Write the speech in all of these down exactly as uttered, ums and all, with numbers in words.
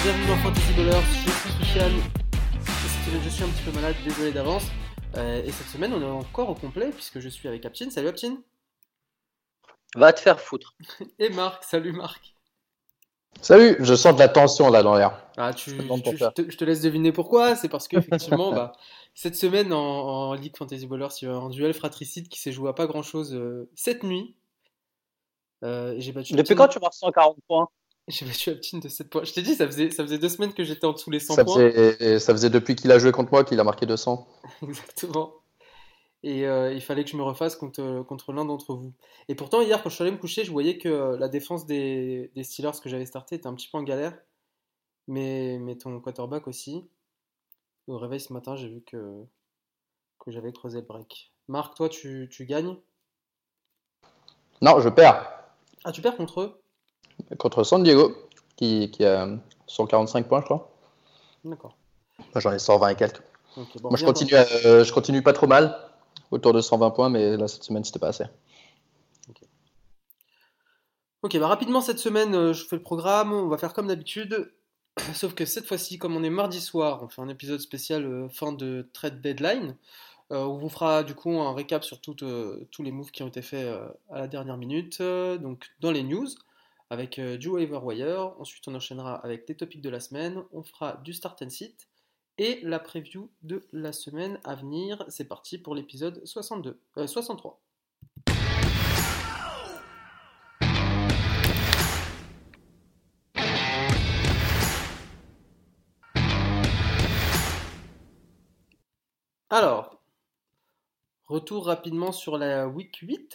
bienvenue dans Fantasy Ballers, je suis Soufiane. Cette semaine je suis un petit peu malade, désolé d'avance. Euh, et cette semaine on est encore au complet puisque je suis avec Aptin. Salut Aptin. Va te faire foutre. Et Marc, salut Marc. Salut, je sens de la tension là dans l'air. Ah, tu, tu, je, te, je te laisse deviner pourquoi. C'est parce qu'effectivement, bah, cette semaine en, en Ligue Fantasy Ballers, il y a un duel fratricide qui s'est joué à pas grand chose euh, cette nuit. Euh, et j'ai battu Depuis Aptin. quand tu marques cent quarante points? J'ai battu Aptin de sept points. Je t'ai dit, ça faisait, ça faisait deux semaines que j'étais en dessous les cent ça points. Faisait, ça faisait depuis qu'il a joué contre moi qu'il a marqué deux cents. Exactement. Et euh, il fallait que je me refasse contre, contre l'un d'entre vous. Et pourtant, hier, quand je suis allé me coucher, je voyais que euh, la défense des, des Steelers que j'avais starté était un petit peu en galère. Mais, mais ton quarterback aussi. Au réveil ce matin, j'ai vu que, que j'avais creusé le break. Marc, toi, tu, tu gagnes? Non, je perds. Ah, tu perds contre eux? Contre San Diego, qui, qui a cent quarante-cinq points, je crois. D'accord. Moi, j'en ai cent vingt et quelques. Okay, bon, Moi, je continue, à, euh, je continue pas trop mal, autour de cent vingt points, mais là, cette semaine, c'était pas assez. Ok, ok, bah rapidement, cette semaine, euh, je fais le programme. On va faire comme d'habitude. Sauf que cette fois-ci, comme on est mardi soir, on fait un épisode spécial euh, fin de trade deadline. Euh, on vous fera du coup un récap sur tout, euh, tous les moves qui ont été faits euh, à la dernière minute. Euh, donc dans les news, avec euh, du waiver wire. Ensuite, on enchaînera avec les topics de la semaine. On fera du start and sit et la preview de la semaine à venir. C'est parti pour l'épisode soixante-deux, euh, soixante-trois. Alors, retour rapidement sur la week huit.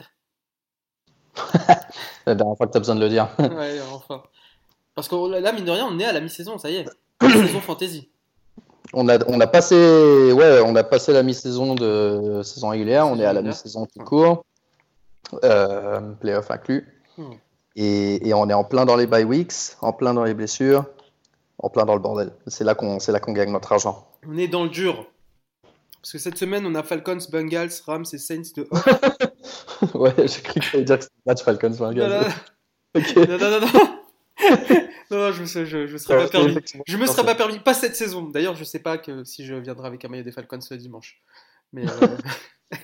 La dernière fois que tu as besoin de le dire. Ouais, enfin. Parce que là, mine de rien, on est à la mi-saison, ça y est. Mi-saison fantasy. On a, on a passé, ouais, on a passé la mi-saison de saison régulière. Saison on est à la régulière. mi-saison qui court, euh, playoff inclus. Hmm. Et, et on est en plein dans les bye weeks, en plein dans les blessures, en plein dans le bordel. C'est là qu'on, c'est là qu'on gagne notre argent. On est dans le dur. Parce que cette semaine, on a Falcons, Bengals, Rams et Saints de off. Ouais, j'ai cru que tu allais dire que c'était le match Falcons Bengals. Non, non, Okay. non, non, non, non. Non, non, je me, serais, je, je me serais pas permis. Je me serais pas permis, pas cette saison. D'ailleurs, je sais pas que si je viendrai avec un maillot des Falcons le dimanche. Mais, euh...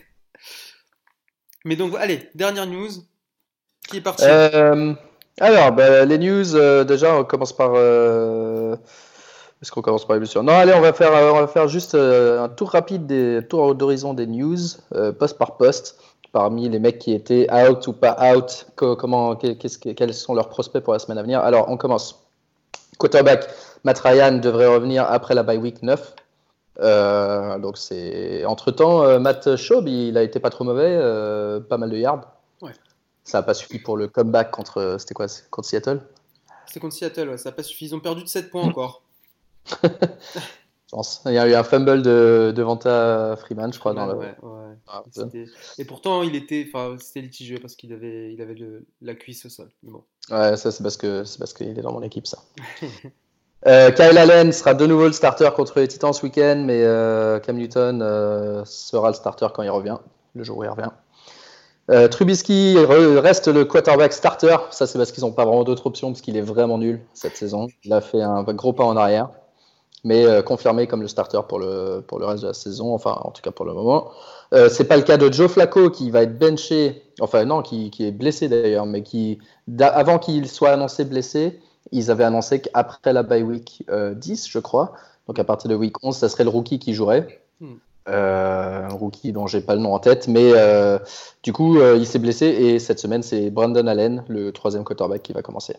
Mais donc, allez, dernière news. Qui est parti? euh, Alors, bah, les news, euh, déjà, on commence par... Euh... Est-ce qu'on commence par les blessures? Non, allez, on va faire, on va faire juste euh, un tour rapide, des tours d'horizon des news, euh, poste par poste, parmi les mecs qui étaient out ou pas out, co- comment, qu'est-ce, quels sont leurs prospects pour la semaine à venir. Alors, on commence. Quarterback, Matt Ryan devrait revenir après la bye week neuf. Euh, donc, c'est... Entre-temps, euh, Matt Schaub, il a été pas trop mauvais, euh, pas mal de yards. Ouais. Ça n'a pas suffi pour le comeback contre, c'était quoi, contre Seattle? C'était contre Seattle, ouais, ça n'a pas suffi. Ils ont perdu de sept points encore. Je pense. Il y a eu un fumble de, de Vanta Freeman, je crois. Freeman, dans le... ouais, ouais. Ah, c'était... Et pourtant, il était, enfin, c'était litigieux parce qu'il avait, il avait le, la cuisse au sol. Mais bon. Ouais, ça c'est parce que c'est parce qu'il est dans mon équipe, ça. euh, Kyle Allen sera de nouveau le starter contre les Titans ce week-end, mais euh, Cam Newton euh, sera le starter quand il revient, le jour où il revient. Euh, Trubisky re- reste le quarterback starter. Ça, c'est parce qu'ils n'ont pas vraiment d'autres options, parce qu'il est vraiment nul cette saison. Il a fait un gros pas en arrière, mais euh, confirmé comme le starter pour le, pour le reste de la saison, enfin, en tout cas pour le moment. Euh, c'est pas le cas de Joe Flacco qui va être benché, enfin, non, qui, qui est blessé d'ailleurs, mais qui, avant qu'il soit annoncé blessé, ils avaient annoncé qu'après la bye week euh, dix, je crois, donc à partir de week onze, ça serait le rookie qui jouerait. Hmm. Euh, un rookie dont j'ai pas le nom en tête, mais euh, du coup euh, il s'est blessé et cette semaine c'est Brandon Allen, le troisième quarterback, qui va commencer.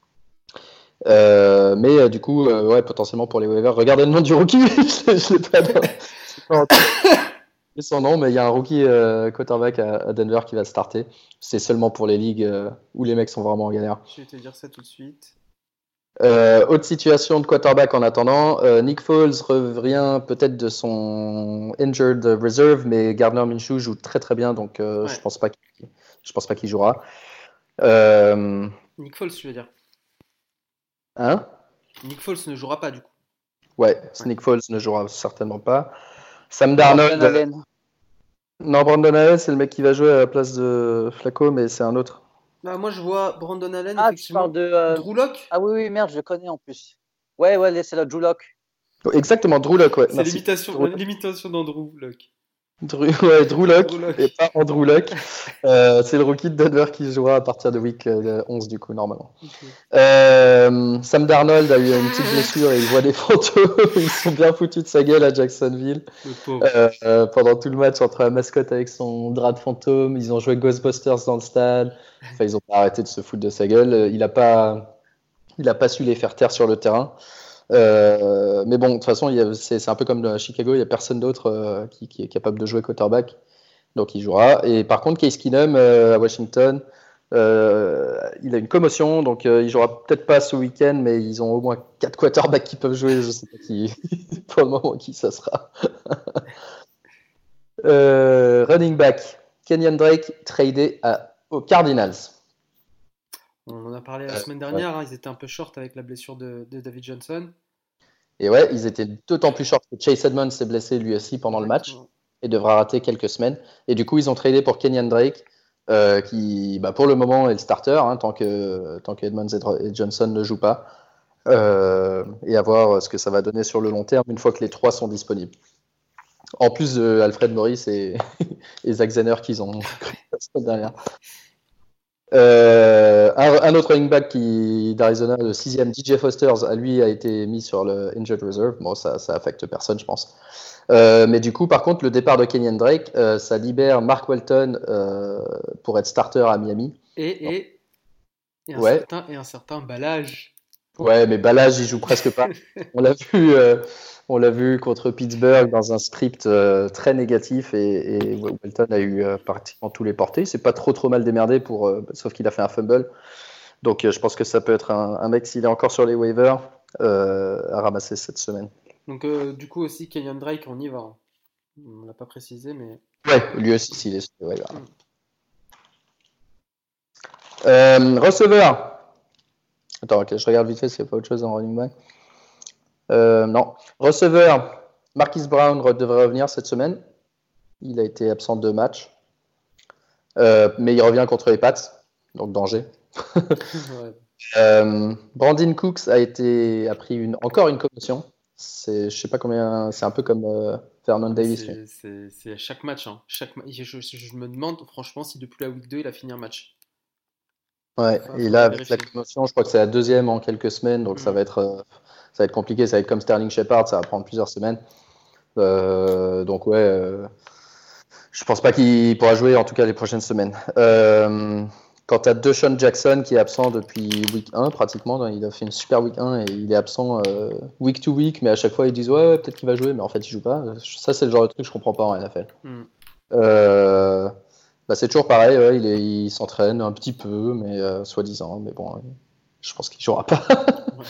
Euh, mais euh, du coup, euh, ouais, potentiellement pour les waivers, regardez le nom du rookie, je l'ai pas dans... son nom, mais il y a un rookie euh, quarterback à, à Denver qui va starter. C'est seulement pour les ligues euh, où les mecs sont vraiment en galère. Je vais te dire ça tout de suite. Euh, autre situation de quarterback en attendant, euh, Nick Foles revient peut-être de son injured reserve, mais Gardner Minshew joue très très bien, donc euh, Ouais. je pense pas qu'il, je pense pas qu'il jouera. Euh, Nick Foles, tu veux dire? Hein? Nick Foles ne jouera pas du coup. Ouais, Nick Foles ne jouera certainement pas. Sam Darnold. Brandon Allen. Non, Brandon Allen, c'est le mec qui va jouer à la place de Flacco, mais c'est un autre. Bah, moi je vois Brandon Allen, Ah, tu effectivement. parles de. euh, Drew Lock? Ah oui, oui, merde, je le connais en plus. Ouais, ouais, c'est la Drew Lock. Exactement, Drew Lock, ouais. C'est Merci. l'imitation, Drew- l'imitation d'Andrew Luck. Drew, ouais, Drew Lock, Drew Lock. et pas Andrew Luck. Euh, c'est le rookie de Denver qui jouera à partir de week euh, onze, du coup, normalement. Ok. Euh, Sam Darnold a eu une petite blessure et il voit des fantômes. Ils sont bien foutus de sa gueule à Jacksonville. Le pauvre. Euh, euh, pendant tout le match entre la mascotte avec son drap de fantôme, ils ont joué Ghostbusters dans le stade. Enfin, ils ont pas arrêté de se foutre de sa gueule. Euh, Il a pas, il a pas su les faire taire sur le terrain. Euh, mais bon, de toute façon, il y a- c'est c'est un peu comme à Chicago, il y a personne d'autre euh, qui, qui est capable de jouer quarterback, donc il jouera. Et par contre, Case Keenum euh, à Washington, euh, il a une commotion, donc euh, il jouera peut-être pas ce week-end, mais ils ont au moins quatre quarterbacks qui peuvent jouer. Je sais pas qui, pour le moment, qui ça sera. Euh, running back, Kenyon Drake tradé à, aux Cardinals. On en a parlé la Euh, semaine dernière, hein, ils étaient un peu short avec la blessure de, de David Johnson. Et ouais, ils étaient d'autant plus short que Chase Edmonds s'est blessé lui aussi pendant le match Exactement. et devra rater quelques semaines. Et du coup, ils ont tradé pour Kenyon Drake, euh, qui bah, pour le moment est le starter, hein, tant que, tant que Edmonds et, et Johnson ne jouent pas. Euh, et à voir ce que ça va donner sur le long terme une fois que les trois sont disponibles. En plus de Alfred Morris et, et Zach Zenner qu'ils ont recruté la semaine dernière. Euh, un, un autre running back qui, d'Arizona, le sixième, D J Foster, à lui a été mis sur le injured reserve. Bon, ça, ça affecte personne, je pense. Euh, mais du coup, par contre, le départ de Kenyon Drake, euh, ça libère Mark Walton euh, pour être starter à Miami. Et, et, et, un, Ouais, certain, et un certain Ballage. ouais, mais Ballage, il joue presque pas. On l'a vu, euh, on l'a vu contre Pittsburgh dans un script euh, très négatif et, et Walton a eu euh, pratiquement tous les portés. C'est pas trop trop mal démerdé pour, euh, sauf qu'il a fait un fumble. Donc euh, je pense que ça peut être un, un mec, s'il est encore sur les waivers, euh, à ramasser cette semaine. Donc, euh, du coup, aussi, Kenyon Drake, on y va. Hein. On l'a pas précisé, mais. Ouais, lui aussi, s'il est sur les waivers. Mm. Euh, receveur. Attends, ok, je regarde vite fait s'il n'y a pas autre chose en running back. Euh, non. Receveur. Marquise Brown devrait revenir cette semaine. Il a été absent de deux matchs. Euh, mais il revient contre les Pats, donc danger. Ouais. Euh, Brandon Cooks a, été, a pris une, encore une commotion. C'est, je sais pas combien, c'est un peu comme euh, Vernon Davis. lui. C'est, c'est, c'est à chaque match. Hein. Chaque ma- je, je- je me demande, franchement, si depuis la week deux, il a fini un match. Ouais, Fa- et faudra là, avec la vérifier. commotion, je crois que c'est la deuxième en quelques semaines, donc ça Mm. va être, euh, ça va être compliqué. Ça va être comme Sterling Shepard, ça va prendre plusieurs semaines. Euh, donc ouais, euh, je pense pas qu'il pourra jouer en tout cas les prochaines semaines. Euh, quant à DeSean Jackson qui est absent depuis week un pratiquement, il a fait une super week un et il est absent euh, week to week, mais à chaque fois ils disent ouais, ouais peut-être qu'il va jouer, mais en fait il joue pas. Ça c'est le genre de truc que je comprends pas en N F L. Mm. Euh, bah, c'est toujours pareil, ouais, il, est, il s'entraîne un petit peu, mais euh, soi-disant, mais bon, euh, je pense qu'il jouera pas. Ouais.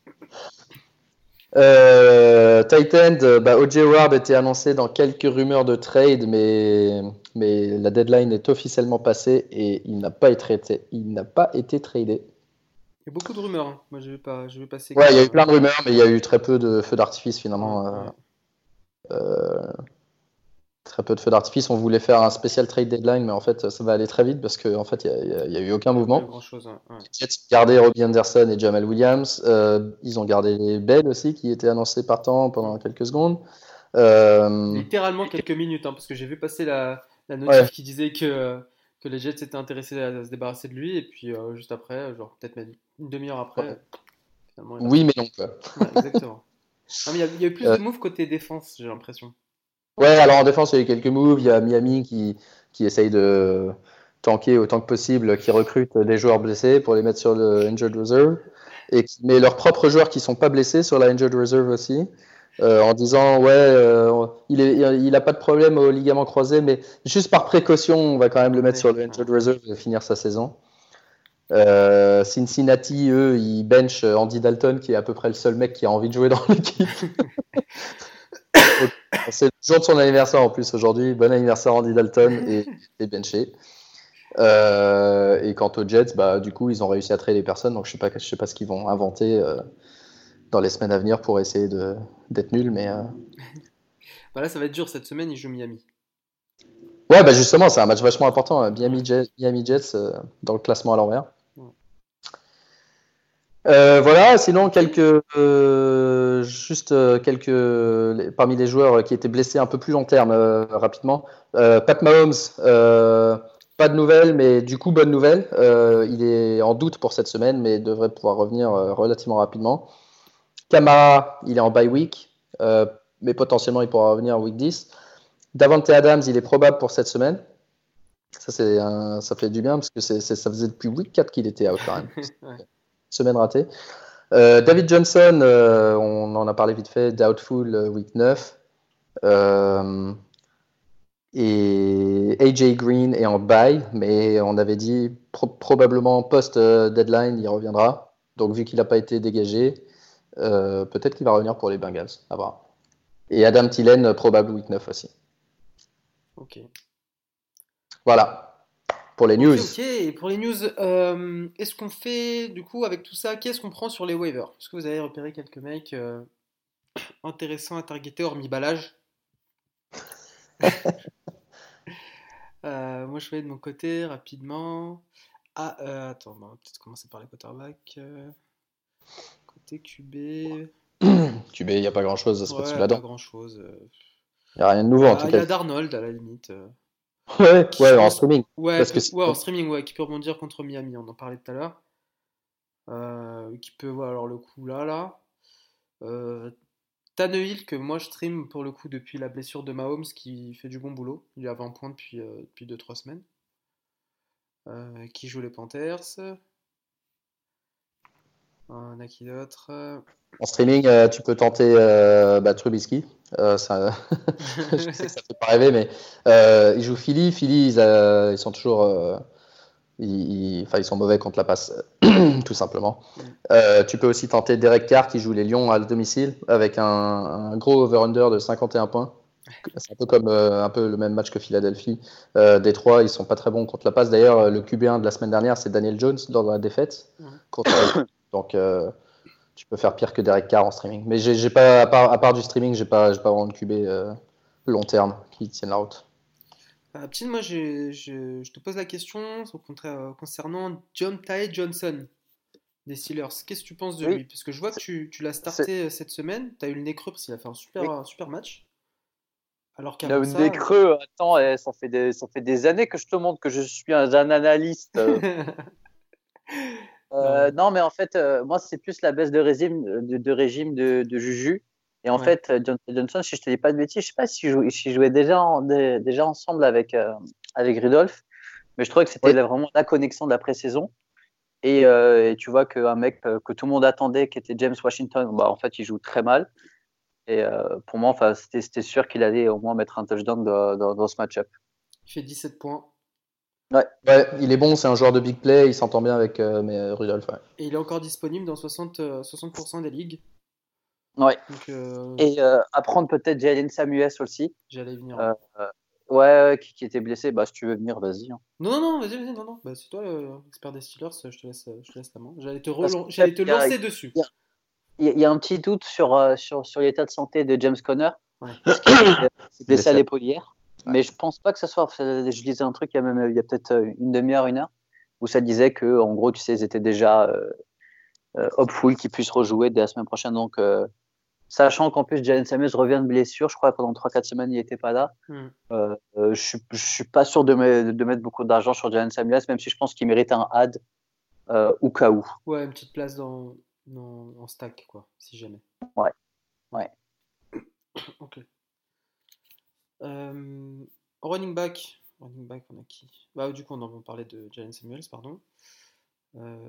Euh, tight end, euh, bah, O J Howard était annoncé dans quelques rumeurs de trade, mais, mais la deadline est officiellement passée et il n'a pas été, il n'a pas été tradé. Il y a beaucoup de rumeurs. Hein. Moi, je vais pas, je vais passer Ouais, que. il y a eu plein de rumeurs, mais il y a eu très peu de feux d'artifice Ouais, finalement. Euh, ouais. euh, très peu de feux d'artifice. On voulait faire un spécial trade deadline, mais en fait, ça va aller très vite parce qu'en en fait, il n'y a, a, a, eu aucun Il n'y a pas eu mouvement. grand-chose. Hein. Ouais. Les Jets ont gardé Robbie Anderson et Jamal Williams. Euh, ils ont gardé les Bell aussi, qui étaient annoncés partant pendant quelques secondes. Euh, Littéralement quelques minutes, hein, parce que j'ai vu passer la, la ouais, notif qui disait que, que les Jets étaient intéressés à, à se débarrasser de lui, et puis euh, juste après, genre peut-être même une demi-heure après, ouais. finalement, il est Oui, parti. mais non. Quoi. Ouais, exactement. Non, mais il y, a, il y a eu plus Euh, de moves côté défense, j'ai l'impression. ouais, alors en défense, il y a eu quelques moves. Il y a Miami qui, qui essaye de tanker autant que possible, qui recrute des joueurs blessés pour les mettre sur le injured reserve, et qui met leurs propres joueurs qui sont pas blessés sur la injured reserve aussi. Euh, en disant ouais euh, il est il a pas de problème au ligament croisé, mais juste par précaution on va quand même le mettre Ouais, sur le injured reserve et finir sa saison. euh, Cincinnati eux ils bench Andy Dalton qui est à peu près le seul mec qui a envie de jouer dans l'équipe. C'est le jour de son anniversaire en plus aujourd'hui, bon anniversaire Andy Dalton, et, et benché. Euh, et quant aux Jets, bah du coup ils ont réussi à trader les personnes, donc je sais pas je sais pas ce qu'ils vont inventer euh, dans les semaines à venir pour essayer de d'être nuls, mais euh... Bah là, ça va être dur cette semaine, il joue Miami. ouais, bah justement, c'est un match vachement important. Ouais. Miami Jets, Miami Jets euh, dans le classement à l'envers. Ouais. Euh, voilà, sinon quelques euh, juste euh, quelques les- parmi les joueurs qui étaient blessés un peu plus long terme euh, rapidement. Euh, Pat Mahomes, euh, pas de nouvelles, mais du coup bonne nouvelle. Euh, il est en doute pour cette semaine, mais devrait pouvoir revenir euh, relativement rapidement. Kamara, il est en bye week, euh, mais potentiellement il pourra revenir en week dix. Davante Adams, il est probable pour cette semaine. Ça, c'est un- ça fait du bien parce que c'est, c'est- ça faisait depuis week quatre qu'il était out quand même. Ouais. Semaine ratée. Euh, David Johnson, euh, on en a parlé vite fait, doubtful euh, week neuf. Euh, et A J Green est en bye, mais on avait dit pro- probablement post-deadline, il reviendra. Donc, vu qu'il n'a pas été dégagé, euh, peut-être qu'il va revenir pour les Bengals. À voir. Et Adam Thielen, euh, probable week neuf aussi. Ok. Voilà, pour les Ok, news. ok. Et pour les news, euh, est-ce qu'on fait, du coup, avec tout ça, qu'est-ce qu'on prend sur les waivers? Est-ce que vous avez repéré quelques mecs euh, intéressants à targeter, hormis Balage? Euh, moi, je vais de mon côté rapidement. Ah, euh, attends, on va peut-être commencer par les quarterbacks. euh, côté Q B. Q B, il n'y a pas grand-chose à se mettre sous Ouais, la pas dent. grand-chose. euh. Il n'y a rien de Il nouveau y en a, tout il y cas. a Darnold à la limite. euh, Ouais, qui, je ouais, en pense. streaming. Ouais, Parce que peut- c'est- ouais, en streaming, ouais, qui peut rebondir contre Miami. On en parlait tout à l'heure. Euh, qui peut, ouais, alors le coup là, là. Euh, Tannehill, que moi je stream pour le coup depuis la blessure de Mahomes, qui fait du bon boulot. Il est à vingt points depuis, euh, depuis deux trois semaines. Euh, qui joue les Panthers. On a qui d'autre? En streaming, euh, tu peux tenter euh, bah, Trubisky. Euh, ça... je sais que ça fait pas rêver, mais euh, ils jouent Philly. Philly, ils, euh, ils sont toujours, euh, ils, ils- enfin, ils sont mauvais contre la passe, tout simplement. Mm. Euh, tu peux aussi tenter Derek Carr qui joue les Lions à domicile avec un, un gros over-under de cinquante et un points. C'est un peu comme euh, un peu le même match que Philadelphie. Euh, Détroit, ils sont pas très bons contre la passe. D'ailleurs, le Q B un de la semaine dernière, c'est Daniel Jones dans la défaite Ouais. contre. Donc, euh, tu peux faire pire que Derek Carr en streaming. Mais j'ai, j'ai pas, à part, à part du streaming, j'ai pas, j'ai pas vraiment de Q B euh, long terme qui tienne la route. Euh, Petit, moi j'ai- je, je te pose la question au contraire, euh, concernant John Ty Johnson des Steelers. Qu'est-ce que tu penses de Oui, lui? Parce que je vois que c'est, tu, tu l'as c'est- starté euh, cette semaine. Tu as eu le nez creux parce qu'il a fait un super, oui. un super match. Alors Il a qu'avant eu des ça. creux. Attends, eh, ça fait des, ça fait des années que je te montre que je suis un, un analyste. euh. Non, Euh, non, mais en fait, euh, moi, c'est plus la baisse de régime de, de régime de, de Juju. Et en ouais. fait, euh, John Johnson, si je te dis pas de bêtises, je sais pas si jou- s'ils jouaient déjà, en- dé- déjà ensemble avec, euh, avec Rudolph, mais je trouvais que c'était Oui. la- vraiment la connexion de la pré-saison. Et, euh, et tu vois qu'un mec euh, que tout le monde attendait, qui était James Washington, bah, en fait, il joue très mal. Et euh, pour moi, enfin, c'était, c'était sûr qu'il allait au moins mettre un touchdown dans, dans, dans ce match-up. Il fait dix-sept points. Ouais, Ouais, il est bon, c'est un joueur de big play, il s'entend bien avec euh, mais, euh, Rudolph. Ouais. Et il est encore disponible dans soixante, euh, soixante pour cent des ligues. ouais. Donc euh, Et euh, apprendre peut-être Jalen Samuels aussi. j'allais y venir. Ouais. Euh, euh, ouais, ouais, qui, qui était blessé. Bah, si tu veux venir, vas-y, hein. Non, non, non, vas-y, vas-y, non, non. Bah, c'est toi euh, l'expert des Steelers, je te laisse, je te laisse la main. J'allais te, Parce relan- qu'en j'allais fait, te il y a, lancer dessus. il y a- il y a un petit doute sur, euh, sur, sur l'état de santé de James Conner, Ouais. parce qu'il s'est blessé Blessé. à l'épaule hier. Ouais. Mais je pense pas que ce soit. Je lisais un truc il y a même il y a peut-être une demi-heure, une heure, où ça disait que en gros, tu sais, ils étaient déjà euh, euh, hopeful qu'ils puissent rejouer dès la semaine prochaine. Donc, euh, sachant qu'en plus Jalen Samuels revient de blessure, je crois que pendant trois quatre semaines il était pas là. Hmm. Euh, euh, je suis je suis pas sûr de, me- de mettre beaucoup d'argent sur Jalen Samuels, même si je pense qu'il mérite un ad euh, au cas où. Ouais, une petite place dans, dans, en stack, quoi, si jamais. Ouais, ouais. Ok. Euh, running back. Running back, on a qui? Bah, du coup, on en parlait de Jalen Samuels, pardon. Euh,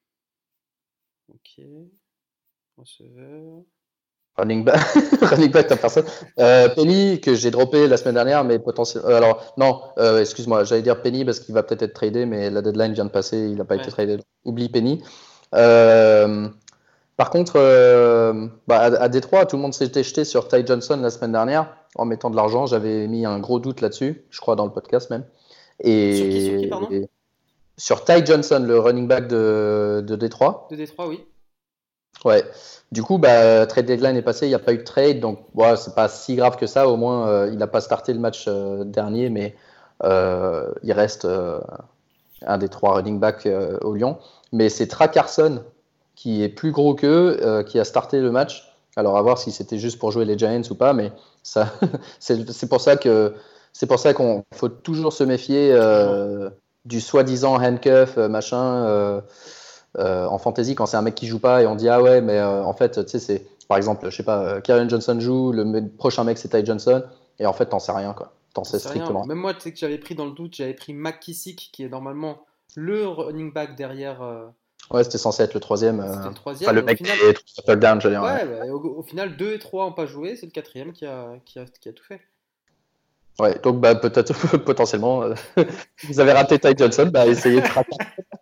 ok. Receveur. Running back, running back, t'as personne. Euh, Penny, que j'ai droppé la semaine dernière, mais potentiellement. Euh, alors, non, euh, excuse-moi, j'allais dire Penny parce qu'il va peut-être être tradé, mais la deadline vient de passer, il n'a pas Ouais. été tradé. Oublie Penny. Euh, par contre, euh, bah, à, à Détroit, tout le monde s'était jeté sur Ty Johnson la semaine dernière en mettant de l'argent. J'avais mis un gros doute là-dessus, je crois, dans le podcast même. Et, Sur qui, sur qui, pardon? et sur Ty Johnson, le running back de, de Détroit. De Détroit, oui. Ouais. Du coup, bah, trade deadline est passé, il n'y a pas eu de trade, donc ouais, c'est pas si grave que ça. Au moins, euh, il n'a pas starté le match euh, dernier, mais euh, il reste euh, un des trois running backs euh, au Lyon. Mais c'est Tra Carson qui est plus gros qu'eux, euh, qui a starté le match. Alors à voir si c'était juste pour jouer les Giants ou pas, mais ça, c'est, c'est pour ça que c'est pour ça qu'on faut toujours se méfier euh, du soi-disant handcuff euh, machin euh, euh, en fantasy quand c'est un mec qui joue pas et on dit ah ouais mais euh, en fait tu sais c'est par exemple je sais pas euh, Karen Johnson joue, le me- prochain mec c'est Ty Johnson et en fait t'en sais rien quoi, t'en sais C'est rien. strictement rien. Même moi, tu sais que j'avais pris dans le doute, j'avais pris McKissick, qui est normalement le running back derrière. euh, Ouais, c'était censé être le troisième. C'était euh, le Enfin, troisième, le et au mec final, qui est touchdown, je veux dire. Ouais, ouais, bah, au, au final, deux et trois n'ont pas joué, c'est le quatrième qui a, qui a, qui a tout fait. Ouais, donc bah, peut-être potentiellement, euh, vous avez raté Ty Johnson, bah, essayez de rater.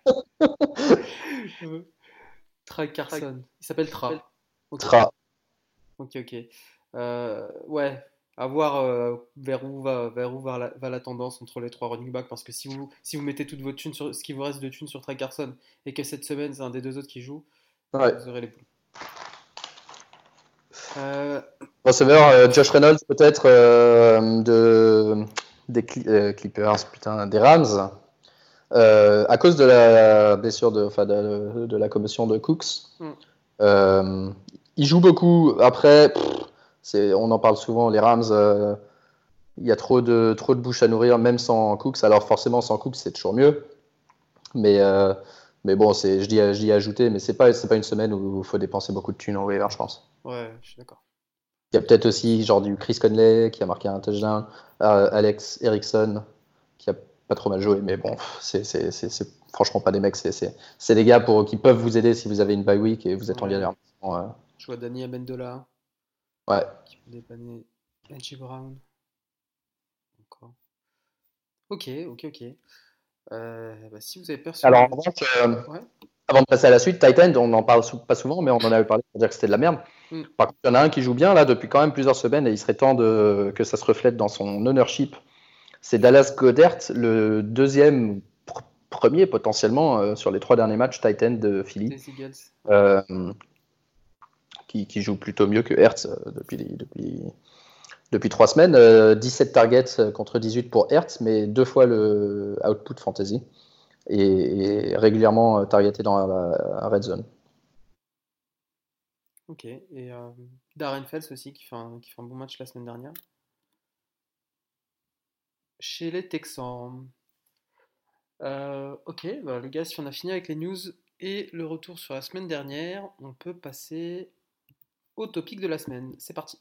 Tra Carson. Il s'appelle Tra. Ok, Tra. ok, ok. Euh, ouais, à voir euh, vers où va, vers où va la, va la tendance entre les trois running backs. Parce que si vous, si vous mettez toute votre thune sur ce qui vous reste de thune sur Tra Carson et que cette semaine c'est un des deux autres qui joue, Ouais. vous aurez les poules. Euh, Receveur, euh, Josh Reynolds peut-être euh, de, des Cli- euh, Clippers, putain, des Rams. Euh, à cause de la blessure de, enfin de, de la commotion de Cooks. Mm. Euh, il joue beaucoup. Après, pff, c'est, on en parle souvent, les Rams, euh, il y a trop de, trop de bouches à nourrir, même sans Cooks. Alors forcément, sans Cooks, c'est toujours mieux. Mais, euh, mais bon, c'est, je dis, je dis ajouter, mais c'est pas, c'est pas une semaine où il faut dépenser beaucoup de thunes en waiver, je pense. ouais, je suis d'accord. Il y a peut-être aussi genre du Chris Conley qui a marqué un touchdown, euh, Alex Erickson qui a pas trop mal joué, mais bon, c'est, c'est, c'est, c'est franchement pas des mecs, c'est, c'est, c'est des gars pour, qui peuvent vous aider si vous avez une bye week et vous êtes en Ouais. galère. Euh, Je vois Danny Amendola ouais. qui peut dépanner Edgy Brown. Encore. Ok, ok, ok. Euh, bah, si vous avez peur sur Alors en les- revanche, euh, Ouais. avant de passer à la suite, Titan, on n'en parle sou- pas souvent, mais on en avait parlé pour dire que c'était de la merde. Mm. Par contre, il y en a un qui joue bien là depuis quand même plusieurs semaines et il serait temps de, que ça se reflète dans son ownership. C'est Dallas Goedert, le deuxième, pr- premier potentiellement euh, sur les trois derniers matchs Titan de Philly, Les Eagles. euh, qui, qui joue plutôt mieux que Hertz euh, depuis, depuis, depuis trois semaines. Euh, dix-sept targets euh, contre dix-huit pour Hertz, mais deux fois le output fantasy et, et régulièrement euh, targeté dans la, la red zone. Ok. Et euh, Darren Fells aussi qui fait, un, qui fait un bon match la semaine dernière. Chez les Texans. Euh, ok, bah, les gars, si on a fini avec les news et le retour sur la semaine dernière, on peut passer au topic de la semaine. C'est parti.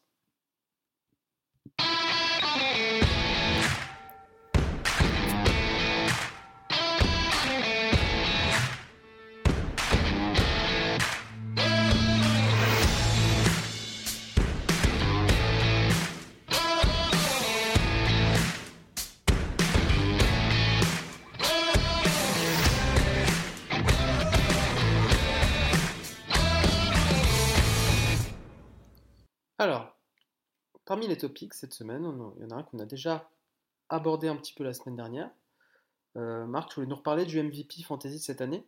Alors, parmi les topics cette semaine, on a- il y en a un qu'on a déjà abordé un petit peu la semaine dernière. Euh, Marc, tu voulais nous reparler du M V P Fantasy de cette année?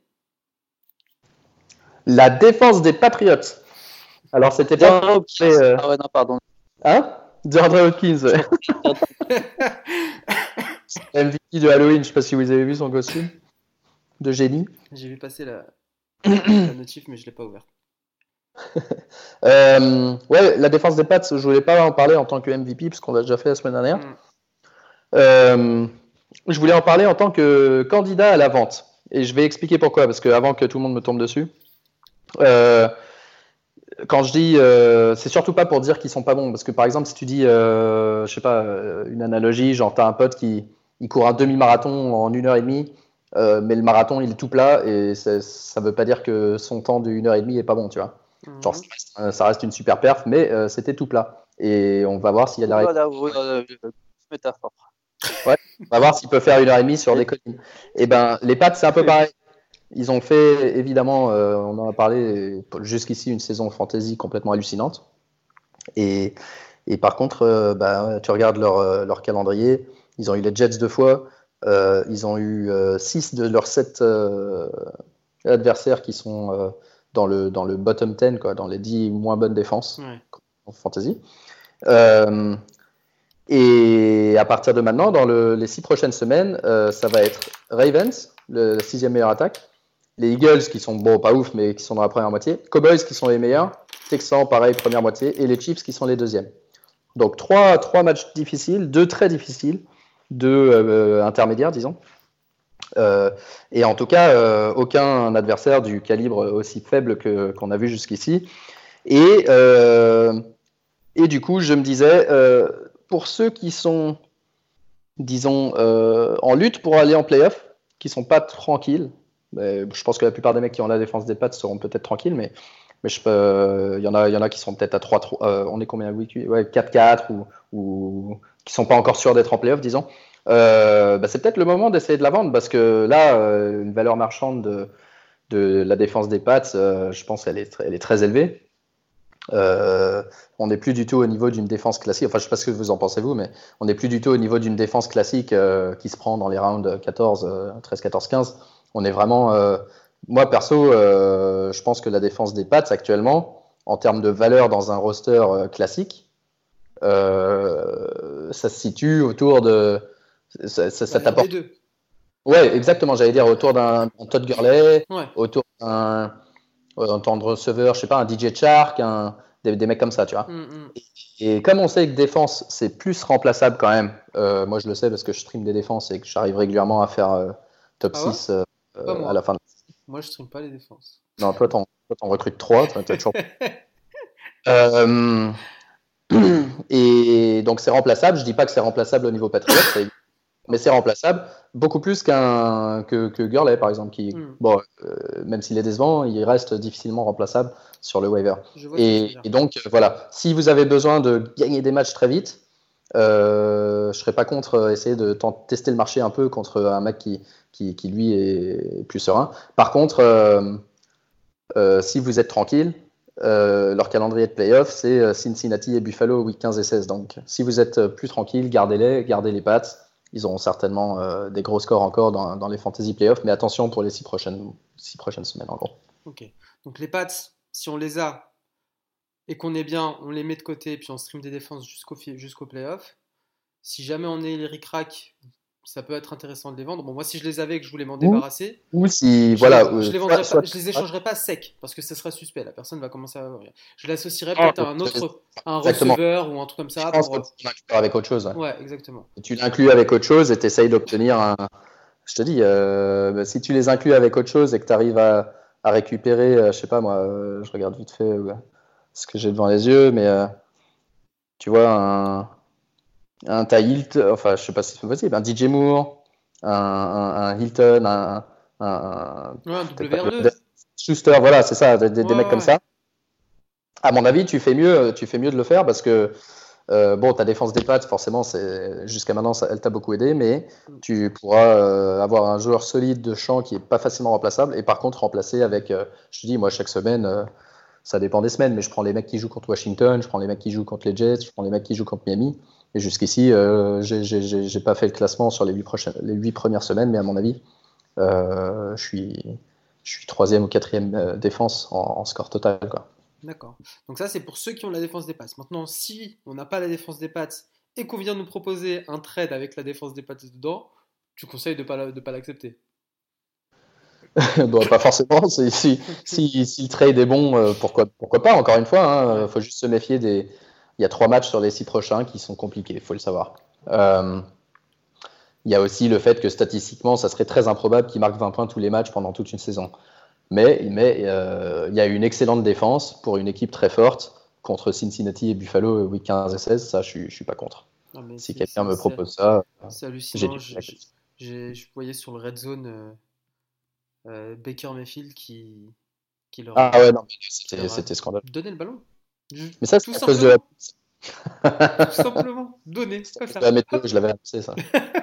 La défense des Patriots. Alors c'était pas DeAndre Hopkins. euh, Ah ouais, non, pardon. hein DeAndre Hopkins, ouais. M V P de Halloween. Je sais pas si vous avez vu son costume de génie. J'ai vu passer la, la notif, mais je l'ai pas ouverte. Euh, ouais, la défense des Pats, je voulais pas en parler en tant que M V P parce qu'on l'a déjà fait la semaine dernière. Mm. Euh, je voulais en parler en tant que candidat à la vente. Et je vais expliquer pourquoi, parce que avant que tout le monde me tombe dessus, euh, quand je dis, euh, c'est surtout pas pour dire qu'ils sont pas bons, parce que par exemple, si tu dis, euh, je sais pas, euh, une analogie, genre t'as un pote qui il court un demi-marathon en une heure et demie, euh, mais le marathon il est tout plat et ça, ça veut pas dire que son temps de une heure et demie est pas bon, tu vois. Mhm. Genre, ça reste, ça reste une super perf, mais euh, c'était tout plat. Et on va voir s'il y a de la Voilà, voilà, métaphore. Ouais, on va voir s'il peut faire une heure et demie sur des collines. Et ben, les Pats, c'est un peu pareil. Ils ont fait, évidemment, euh, on en a parlé jusqu'ici, une saison fantasy complètement hallucinante. Et, et par contre, euh, bah, tu regardes leur, euh, leur calendrier, ils ont eu les Jets deux fois, euh, ils ont eu euh, six de leurs sept euh, adversaires qui sont euh, dans, le, dans le bottom dix, quoi, dans les dix moins bonnes défenses Ouais. en fantasy. Euh, Et à partir de maintenant, dans le, les six prochaines semaines, euh, ça va être Ravens, le sixième meilleure attaque, les Eagles qui sont bon pas ouf mais qui sont dans la première moitié, Cowboys qui sont les meilleurs, Texans pareil première moitié et les Chiefs qui sont les deuxièmes. Donc trois, trois matchs difficiles, deux très difficiles, deux euh, intermédiaires disons. Euh, et en tout cas euh, aucun adversaire du calibre aussi faible que, qu'on a vu jusqu'ici. Et, euh, et du coup je me disais euh, pour ceux qui sont disons euh, en lutte pour aller en playoff, qui sont pas tranquilles. Mais je pense que la plupart des mecs qui ont la défense des Pats seront peut-être tranquilles, mais mais je peux, il y en a, il y en a qui sont peut-être à trois trois. Euh, on est combien ouais, quatre quatre ou, ou qui sont pas encore sûrs d'être en playoff, disons. Euh, bah c'est peut-être le moment d'essayer de la vendre parce que là, euh, une valeur marchande de, de la défense des Pats, euh, je pense qu'elle est, elle est très élevée. Euh, on n'est plus du tout au niveau d'une défense classique. Enfin, je ne sais pas ce que vous en pensez vous, mais on n'est plus du tout au niveau d'une défense classique euh, qui se prend dans les rounds quatorze, treize, quatorze, quinze. On est vraiment. Euh, moi, perso, euh, je pense que la défense des Pats actuellement, en termes de valeur dans un roster euh, classique, euh, ça se situe autour de. Ça, ça, ça t'apporte. Ouais, exactement. J'allais dire autour d'un, d'un Todd Gurley, ouais. autour d'un. En tant que receveur, je sais pas, un D J Chark, un, des, des mecs comme ça, tu vois. Mm-hmm. Et, et comme on sait que défense, c'est plus remplaçable quand même, euh, moi je le sais parce que je stream des défenses et que j'arrive régulièrement à faire euh, top ah ouais six euh, à la fin de... Moi je stream pas les défenses. Non, toi t'en, toi, t'en recrutes trois, t'as, t'as toujours... euh, et donc c'est remplaçable, je dis pas que c'est remplaçable au niveau Patriot, c'est... mais c'est remplaçable beaucoup plus qu'un que, que Gurley par exemple qui mm. bon euh, même s'il est décevant il reste difficilement remplaçable sur le waiver et, et donc euh, voilà si vous avez besoin de gagner des matchs très vite euh, je serais pas contre essayer de tester le marché un peu contre un mec qui qui, qui lui est plus serein. Par contre euh, euh, si vous êtes tranquille euh, leur calendrier de playoff c'est Cincinnati et Buffalo week quinze et seize, donc si vous êtes plus tranquille gardez-les, gardez les Pats. Ils auront certainement euh, des gros scores encore dans, dans les fantasy playoffs, mais attention pour les six prochaines, six prochaines semaines en gros. Ok, donc les Pats, si on les a et qu'on est bien, on les met de côté et puis on stream des défenses jusqu'au, jusqu'au playoff. Si jamais on est les ric-rac, ça peut être intéressant de les vendre. Bon, moi, si je les avais et que je voulais m'en débarrasser, ou si, je voilà, les, je les vendrais soit, pas, soit, je les échangerais pas secs parce que ce serait suspect. La personne va commencer à avoir. Je l'associerais peut-être à un autre, à un exactement. receveur ou un truc comme ça. Je pense pour... que tu l'inclus avec autre chose. Ouais, ouais exactement. Et tu l'inclus avec autre chose et tu essayes d'obtenir un. Je te dis, euh, bah, si tu les inclus avec autre chose et que tu arrives à, à récupérer, euh, je sais pas moi, euh, je regarde vite fait euh, ce que j'ai devant les yeux, mais euh, tu vois, un, un Tahilt, enfin, je sais pas si c'est possible, un D J Moore, un, un, un Hilton, un. un, ouais, un W R deux. Schuster, voilà, c'est ça, des, des ouais, mecs ouais. comme ça. À mon avis, tu fais mieux, tu fais mieux de le faire parce que euh, bon, ta défense des Pats, forcément, c'est jusqu'à maintenant, ça, elle t'a beaucoup aidé, mais tu pourras euh, avoir un joueur solide de champ qui est pas facilement remplaçable et par contre remplacer avec, euh, je te dis, moi chaque semaine, euh, ça dépend des semaines, mais je prends les mecs qui jouent contre Washington, je prends les mecs qui jouent contre les Jets, je prends les mecs qui jouent contre Miami. Et jusqu'ici, euh, j'ai, j'ai, j'ai pas fait le classement sur les huit prochaines, les huit premières semaines, mais à mon avis, euh, je suis, je suis troisième ou quatrième euh, défense en, en score total, quoi. D'accord. Donc ça, c'est pour ceux qui ont la défense des Pats. Maintenant, si on n'a pas la défense des Pats et qu'on vient nous proposer un trade avec la défense des Pats dedans, tu conseilles de ne pas, la, de pas l'accepter. Bon, pas forcément. Si, si, si, si le trade est bon, euh, pourquoi, pourquoi pas, encore une fois. Il hein, faut juste se méfier des... Il y a trois matchs sur les six prochains qui sont compliqués, il faut le savoir. Euh... Il y a aussi le fait que statistiquement, ça serait très improbable qu'il marque vingt points tous les matchs pendant toute une saison. Mais, mais euh, il y a une excellente défense pour une équipe très forte contre Cincinnati et Buffalo week quinze et seize. Ça, je ne suis pas contre. Non, si quelqu'un me propose ça, c'est hallucinant. J'ai, j'ai, j'ai, je voyais sur le Red Zone euh, euh, Baker Mayfield qui, qui leur ah a, ouais, non, mais c'était, leur c'était scandaleux. Donner le ballon. Je, mais ça, c'est à cause de la. Tout simplement, donner. C'est ça. La météo, je l'avais annoncé, ça.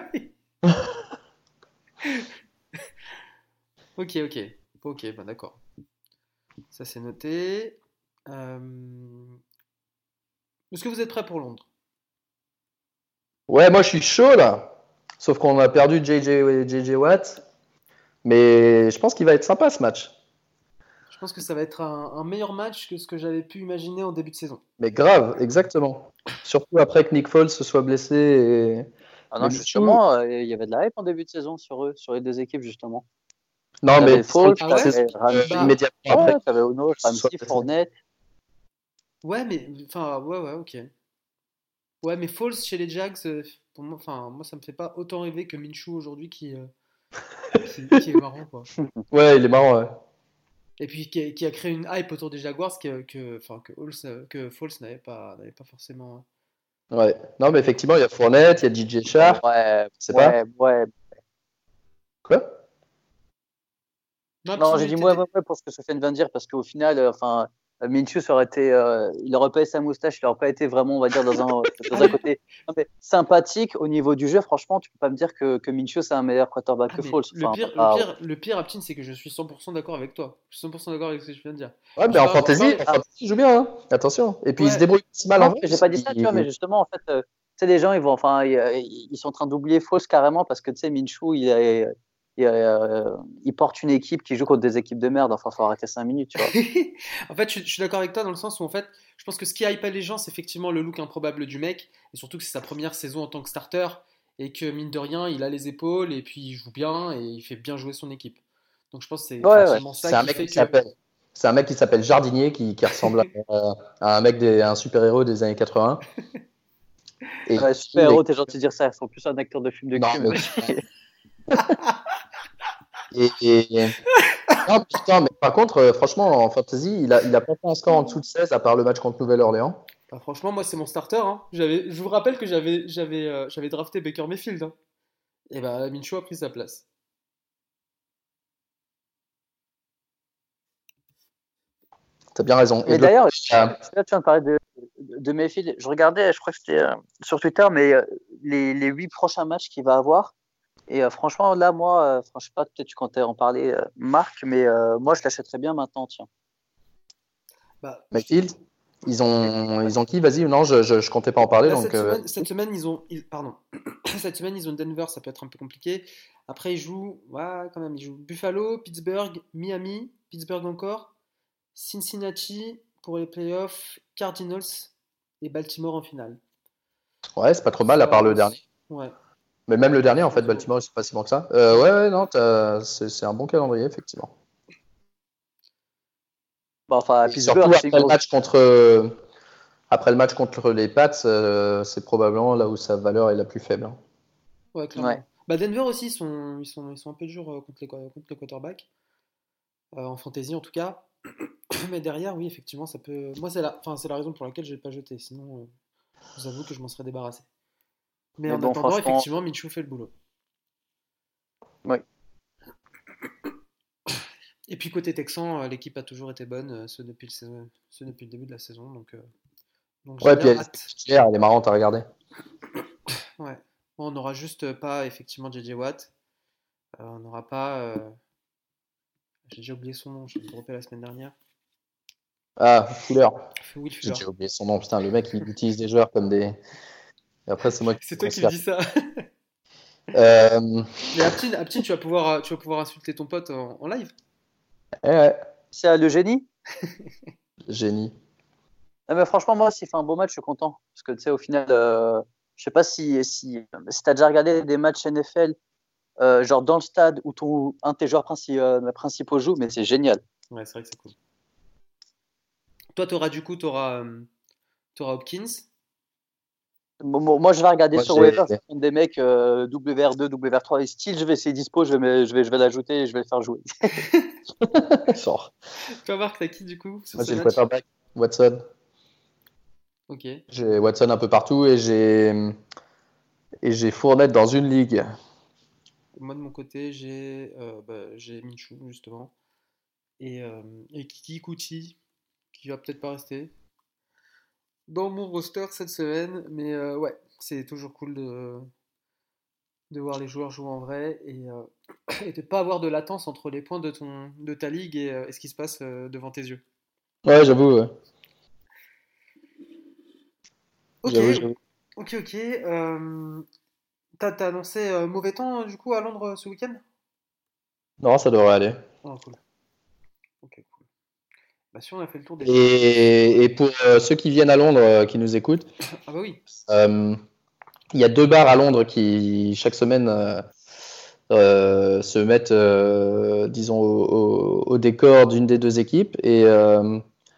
ok, ok. Ok, bah d'accord. Ça c'est noté. Euh... Est-ce que vous êtes prêts pour Londres ? Ouais, moi je suis chaud là. Sauf qu'on a perdu J J, J J Watt. Mais je pense qu'il va être sympa ce match. Je pense que ça va être un, un meilleur match que ce que j'avais pu imaginer en début de saison. Mais grave, exactement. Surtout après que Nick Foles se soit blessé. Et... Ah non, mais justement, il euh, y avait de la hype en début de saison sur eux, sur les deux équipes justement. Non, mais T'avais Foles, Ah ouais t'avais euh, Ramsey, Bah, immédiatement ouais, après. t'avais Ono, soit Ramsey, blessé. Fournette. Ouais, mais enfin, ouais, ouais, ok. Ouais, mais Foles chez les Jags, euh, pour moi, enfin, moi, ça me fait pas autant rêver que Minshew aujourd'hui qui, euh, qui, qui est marrant, quoi. Ouais, il est marrant, ouais. Et puis qui a, qui a créé une hype autour des Jaguars que, que, enfin, que, Halls, euh, que Foles n'avait pas, n'avait pas forcément. Ouais. Non, mais Mais effectivement, il y a Fournette, il y a D J Bon, Shark, ouais, je sais pas. ouais, ouais. Quoi? non, Non, j'ai petit, dit ouais, t'étais- ouais, ouais, pour ce que Sofiane vient de dire, parce qu'au final, euh, enfin, euh, Minshew, ça aurait été, euh, il aurait pas eu sa moustache, il aurait pas été vraiment, on va dire, dans un, Ah, dans un mais, côté non, mais sympathique au niveau du jeu. Franchement, tu peux pas me dire que, que Minshew, c'est un meilleur quarterback ah, que mais Foles. le Enfin, on va pire, le pas- pire, le pire, Aptine, c'est que je suis cent pour cent d'accord avec toi. Je suis cent pour cent d'accord avec ce que je viens de dire. Ouais, Je mais en parle, je fantasy, parle, en fantasy, il joue bien, hein. Attention. Et puis, il se ouais, débrouille si mal non, en vrai. mais j'ai pas dit ça, tu vois, mais Il- justement, en fait, euh, tu sais, les gens, ils vont, enfin, ils, ils sont en train d'oublier Foles carrément parce que, tu sais, Minshew, il, est- il, est, euh, il porte une équipe qui joue contre des équipes de merde. Enfin, faut arrêter cinq minutes, tu vois. en fait, je, je suis d'accord avec toi dans le sens où, en fait, je pense que ce qui hype les gens, c'est effectivement le look improbable du mec, et surtout que c'est sa première saison en tant que starter, et que mine de rien, il a les épaules, et puis il joue bien, et il fait bien jouer son équipe. Donc je pense que c'est Ouais, ouais. effectivement ça C'est un qui mec fait qui que. s'appelle. C'est un mec qui s'appelle Jardinier qui, qui ressemble à, à un mec des, à un super-héros des années quatre-vingts. Et Ouais, il super est- héros, t'es gentil de dire ça. Ils sont plus un acteur de film de Non, cul, mais. mais Et, et- Non, putain, mais par contre, euh, franchement, en fantasy, il a, il a pas fait un score en dessous de seize à part le match contre Nouvelle-Orléans. Bah, franchement, moi, c'est mon starter. Hein. J'avais, je vous rappelle que j'avais, j'avais, euh, j'avais drafté Baker Mayfield. Hein. Et bah, Minshew a pris sa place. T'as bien raison. Et Mais de l'autre d'ailleurs, côté, il y a- là, tu viens de parler de, de, de Mayfield. Je regardais, je crois que c'était euh, sur Twitter, mais euh, les, les huit prochains matchs qu'il va avoir. Et euh, franchement, là, moi, euh, enfin, je sais pas, peut-être tu comptais en parler, euh, Marc, mais euh, moi, je l'achèterais bien maintenant, tiens. Bah, je te- Mayfield, ils ont, ils ont qui? Vas-y, non, je, je, je comptais pas en parler, Là, donc. cette euh, semaine, cette semaine, ils ont, ils- pardon, cette semaine, ils ont Denver, ça peut être un peu compliqué. Après, ils jouent, ouais, quand même, ils jouent Buffalo, Pittsburgh, Miami, Pittsburgh encore, Cincinnati pour les playoffs, Cardinals et Baltimore en finale. Ouais, c'est pas trop mal, à Ça, part le dernier. ouais. Mais même le dernier, en Ils fait, ont- Baltimore, c'est pas si bon que ça. Euh, ouais, ouais, non, t'as- c'est c'est un bon calendrier, effectivement. Bah, enfin, à Et surtout, Pittsburgh, c'est une après le grosse. match contre, après le match contre les Pats, euh, c'est probablement là où sa valeur est la plus faible, hein. Ouais, Ouais. clairement. Bah, Denver aussi, ils sont, ils sont, ils sont un peu durs euh, contre les, contre les quarterbacks, euh, en fantasy en tout cas. Mais derrière, oui, effectivement, ça peut. Moi, c'est la, enfin, c'est la raison pour laquelle je l'ai pas jeté. Sinon, euh, je vous avoue que je m'en serais débarrassé. Mais Mais en bon, attendant, franchement, effectivement, Minshew fait le boulot. oui. Et puis côté Texan, euh, l'équipe a toujours été bonne, euh, ce depuis le, saison- ce depuis le début de la saison. Donc, euh, donc j'ai Ouais, puis bien elle, hâte. elle est marrante à regarder. Ouais. Bon, on n'aura juste pas effectivement J J Watt. Euh, on n'aura pas. euh, J'ai déjà oublié son nom, je l'ai droppé la semaine dernière. Ah, Fuller. Will J'ai Fuller. déjà oublié son nom, putain, le mec, il utilise des joueurs comme des. Et après, c'est moi qui C'est toi commence qui à me dis ça. Euh, Mais Aptine, Aptine, tu vas pouvoir, euh, tu vas pouvoir insulter ton pote en, en live. ouais, ouais, C'est à le génie. génie. Ah, mais franchement, moi, s'il fait un beau match, je suis content. Parce que, tu sais, au final, euh, je sais pas si, si, si tu as déjà regardé des matchs N F L, euh, genre dans le stade où ton, un de tes joueurs princi- euh, principaux joue, mais c'est génial. Ouais, c'est vrai que c'est cool. Toi, t'auras du coup, t'auras, euh, t'auras Hopkins. Mo- mo- Moi, je vais regarder Moi, sur j'ai. Waivers contre des mecs euh, W R deux, W R trois et style, je vais essayer dispo, je vais, me- je vais, je vais l'ajouter et je vais le faire jouer. Genre, Toi, Marc, t'as qui du coup sur moi, ce j'ai le match? quarterback, Watson. Ok. J'ai Watson un peu partout et j'ai. Et j'ai Fournette dans une ligue. Moi, de mon côté, j'ai euh, bah, j'ai Minshew, justement. Et, euh, et Kiki Kuti, qui va peut-être pas rester dans mon roster cette semaine. Mais euh, ouais, c'est toujours cool de, de voir les joueurs jouer en vrai et, euh, et de pas avoir de latence entre les points de, ton, de ta ligue et, euh, et ce qui se passe euh, devant tes yeux. Ouais, j'avoue, ouais. Ok, J'avoue, j'avoue. ok, ok. Euh, t'as, t'as annoncé euh, mauvais temps euh, du coup à Londres euh, ce week-end? Non, ça devrait aller. Oh, cool. Ok, cool. Bah, si on a fait le tour des matchs. Et, et pour euh, ceux qui viennent à Londres, euh, qui nous écoutent, Ah bah oui. euh, il y a deux bars à Londres qui, chaque semaine, euh, euh, se mettent, euh, disons, au, au, au décor d'une des deux équipes. Et, euh,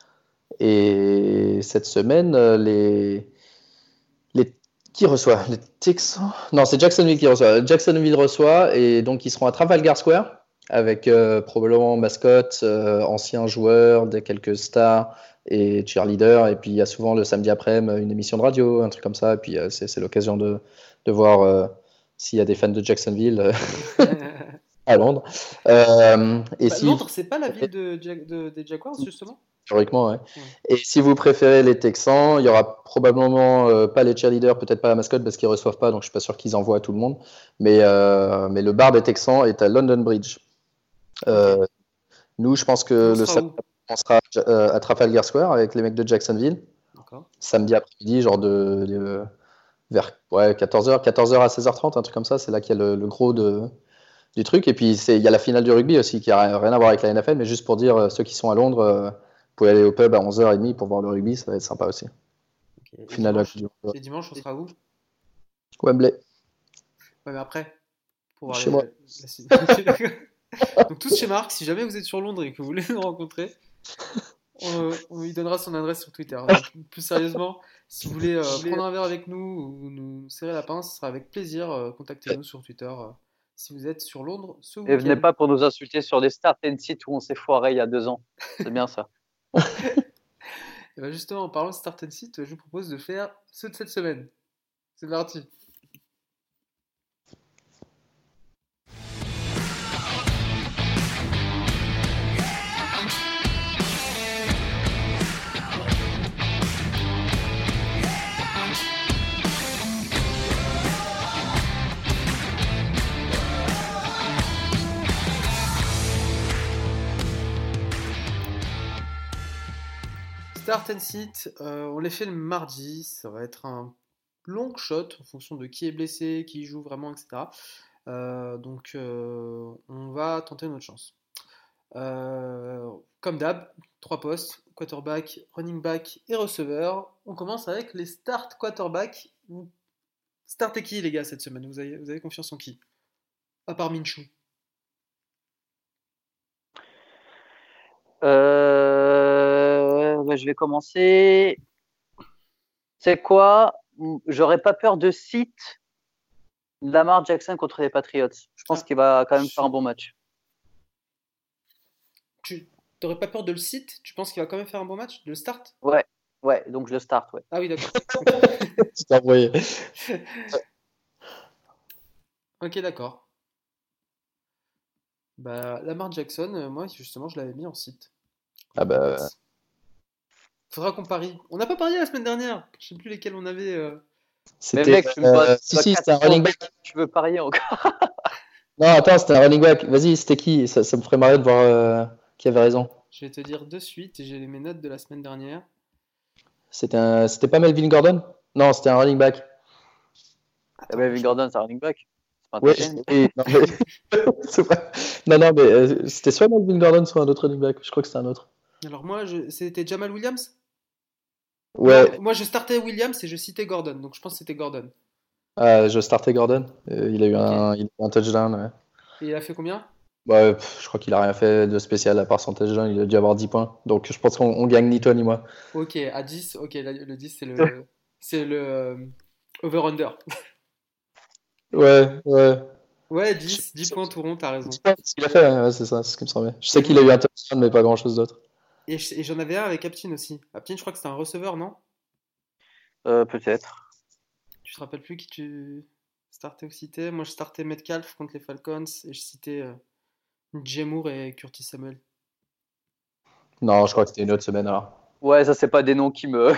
et cette semaine, les, les qui reçoit les Texans? Non, c'est Jacksonville qui reçoit. Jacksonville reçoit et donc ils seront à Trafalgar Square avec euh, probablement mascotte, euh, anciens joueurs, des quelques stars et cheerleaders. Et puis il y a souvent le samedi après-midi une émission de radio, un truc comme ça. Et puis euh, c'est, c'est l'occasion de, de voir euh, s'il y a des fans de Jacksonville euh, à Londres. Euh, et Bah, si Londres, c'est pas la ville de, Jag- de- des Jaguars, justement? Théoriquement, ouais. Ouais. Et si vous préférez les Texans, il y aura probablement euh, pas les cheerleaders, peut-être pas la mascotte parce qu'ils reçoivent pas, donc je suis pas sûr qu'ils envoient à tout le monde. Mais, euh, mais le bar des Texans est à London Bridge. Euh, Ok. Nous, je pense On que le sera samedi, où? on sera euh, à Trafalgar Square avec les mecs de Jacksonville. D'accord. Samedi après-midi, genre de, de- vers ouais, quatorze heures, quatorze heures à seize heures trente, un truc comme ça. C'est là qu'il y a le, le gros de, du truc. Et puis, c'est- il y a la finale du rugby aussi qui a rien rien à voir avec la N F L, mais juste pour dire, euh, ceux qui sont à Londres, euh, vous pouvez aller au pub à onze heures trente pour voir le rugby, ça va être sympa aussi. Ok. Et Finale dimanche, du et dimanche, on sera où? Wembley, Ouais, mais après, pour voir chez les- moi. la suite. Ok, d'accord. Donc tous chez Marc, si jamais vous êtes sur Londres et que vous voulez nous rencontrer, on, on lui donnera son adresse sur Twitter. Donc, plus sérieusement, si vous voulez euh, prendre un verre avec nous ou nous serrer la pince, ce sera avec plaisir. euh, contactez-nous sur Twitter euh, si vous êtes sur Londres ce Et venez week-end. pas pour nous insulter sur des start and sit où on s'est foiré il y a deux ans. C'est bien ça. Et ben justement, en parlant de Start and Sit, je vous propose de faire ceux de cette semaine. C'est parti. Start and Sit, euh, on les fait le mardi. Ça va être un long shot en fonction de qui est blessé, qui joue vraiment, et cetera. Euh, donc, euh, on va tenter notre chance. Euh, comme d'hab, trois postes, quarterback, running back et receveur. On commence avec les start quarterback. Vous startez qui, les gars, cette semaine? Vous avez, vous avez confiance en qui? À part Minshew. Euh, bah, je vais commencer. C'est quoi? J'aurais pas peur de sit Lamar Jackson contre les Patriots. Je pense Ah, qu'il va quand même je- faire un bon match. Tu n'aurais pas peur de le sit? Tu penses qu'il va quand même faire un bon match? De le start? Ouais, ouais, donc je le start, ouais. Ah oui, d'accord. Tu t'es envoyé. Ok, d'accord. Bah, Lamar Jackson, euh, moi, justement, je l'avais mis en sit. Ah bah, Faudra qu'on parie. On n'a pas parié la semaine dernière. Je sais plus lesquels on avait. euh. Mais c'était. mec, tu me euh, dois, si, dois si, c'était un quatre cents running back. tu veux parier encore? Non, attends, c'était un running back. Vas-y, c'était qui? Ça, ça me ferait marrer de voir euh, qui avait raison. Je vais te dire de suite. J'ai mes notes de la semaine dernière. C'était un... c'était pas Melvin Gordon? Non, c'était un running back. Attends, Melvin je- Gordon, c'est un running back. C'est pas un Oui, tight end. oui, non, mais... c'est vrai. Non, non, mais euh, c'était soit Melvin Gordon, soit un autre running back. Je crois que c'était un autre. Alors moi, je... c'était Jamal Williams? Ouais, Non, moi, je startais Williams et je citais Gordon. Donc je pense que c'était Gordon. ah, je startais Gordon. Euh, il a eu Ok. un, il a eu un touchdown. Ouais. Et il a fait combien? Ouais, pff, je crois qu'il a rien fait de spécial à part son touchdown. Il a dû avoir dix points. Donc je pense qu'on on gagne ni toi ni moi. Ok, à dix. Ok, là, le dix, c'est le, c'est le euh, over-under. Ouais, ouais. Ouais, Je- dix, dix je- points tout rond, t'as raison. dix points, c'est ce qu'il a fait, ouais, ouais, c'est ça, c'est ce qui me semblait. Je sais Et qu'il a vous- eu un touchdown, mais pas grand chose d'autre. Et je- et j'en avais un avec Aptin aussi. Aptin, je crois que c'était un receveur, non? Euh, peut-être. Tu te rappelles plus qui tu startais ou citais? Moi, je startais Metcalf contre les Falcons et je citais euh, J. Moore et Curtis Samuel. Non, je crois que c'était une autre semaine alors. Ouais, ça, c'est pas des noms qui me.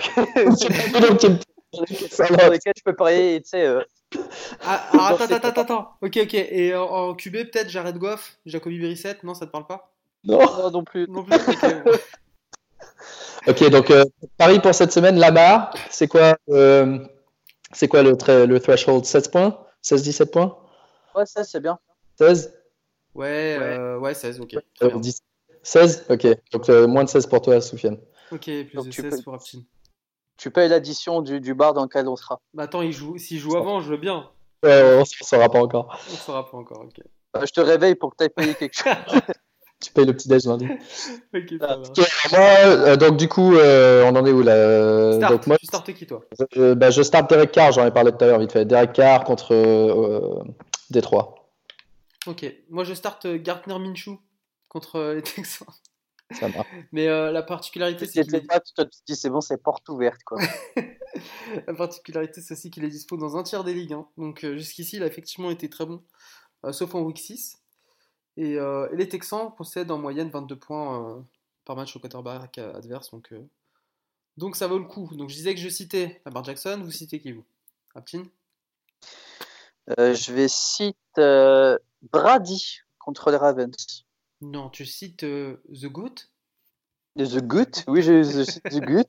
Ça sur va. lesquels je peux parier, et tu sais. euh, Ah, ah, J'en attends, sais attends, pas. attends, attends. Ok, ok. Et en, en Q B, peut-être Jared Goff, Jacoby Brissett? Non, ça te parle pas? Non. Non, non plus. Non plus? Ok, bon. Ok, donc euh, Paris pour cette semaine, Lamar, c'est quoi, euh, c'est quoi le, tra- le threshold? seize points? seize dix-sept points? Ouais, ça, c'est bien. seize? Ouais, Ouais. euh, ouais, seize, ok. Très Euh, bien. dix. seize? Ok, donc euh, moins de seize pour toi, Soufiane. Ok, plus Donc, de tu seize peux- pour Aptin. Tu payes l'addition du, du bar dans lequel on sera. Bah attends, il joue... s'il joue avant, je veux bien. Ouais, on ne saura pas encore. On saura pas encore, ok. Enfin, je te réveille pour que tu aies payé quelque chose. Tu payes le petit déj lundi. Ok, ça va. Ok, alors moi, euh, donc du coup, euh, on en est où là? Start, Donc moi, tu startes qui toi? je, bah, je start Derek Carr, j'en ai parlé tout à l'heure vite fait. Derek Carr contre euh, Détroit. Ok, moi je starte euh, Gardner Minshew contre euh, les Texans. Ça marche. Mais euh, la particularité, c'est qu'il C'était est... pas, tu te dis, c'est bon, c'est porte ouverte, quoi. la particularité, c'est aussi qu'il est dispo dans un tiers des ligues. Hein. Donc euh, jusqu'ici, il a effectivement été très bon, euh, sauf en week six. Et, euh, et les Texans possèdent en moyenne vingt-deux points euh, par match au quarterback adverse. Donc, euh, donc ça vaut le coup. Donc je disais que je citais Lamar Jackson, vous citez qui vous? Aptin? Euh, je vais citer euh, Brady contre les Ravens. Non, tu cites euh, The Goat? The Good? Oui, je, je cite The Good.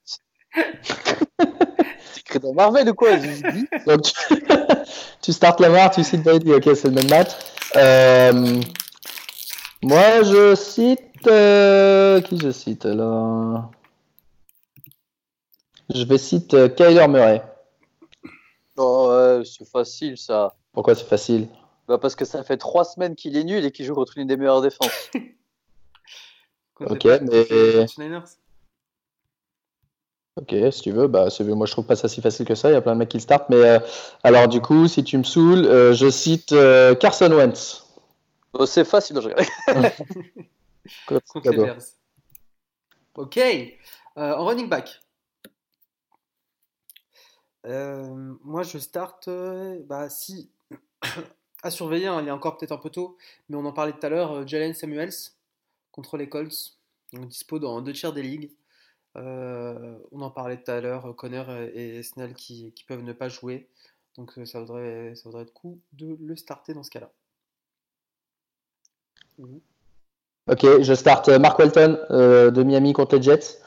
C'est écrit dans Marvel ou quoi? The Good? Donc, tu, tu startes Lamar, tu cites Brady, ok, c'est le même match. Euh, moi, je cite. euh, qui je cite alors? Je vais citer euh, Kyler Murray. Oh, ouais, c'est facile ça. Pourquoi c'est facile? Bah, parce que ça fait trois semaines qu'il est nul et qu'il joue contre une des meilleures défenses. Contre Ok, les, Pa- mais- contre les forty-niners? Ok, si tu veux, bah, c'est- moi je trouve pas ça si facile que ça, il y a plein de mecs qui le startent, mais euh, alors du coup, si tu me saoules, euh, je cite euh, Carson Wentz. Oh, c'est facile, non, je rigole. Contre Contre les Chicago. Bears. Ok. Euh, en running back. Euh, moi, je starte. euh, bah, si. À surveiller, hein, il est encore peut-être un peu tôt, mais on en parlait tout à l'heure. euh, Jalen Samuels contre les Colts. Donc, dispo dans deux tiers des ligues. Euh, on en parlait tout à l'heure. Connor et, et Snell qui, qui peuvent ne pas jouer. Donc, euh, ça vaudrait, ça vaudrait le coup de le starter dans ce cas-là. Mhm. Ok, je starte euh, Mark Walton euh, de Miami contre les Jets.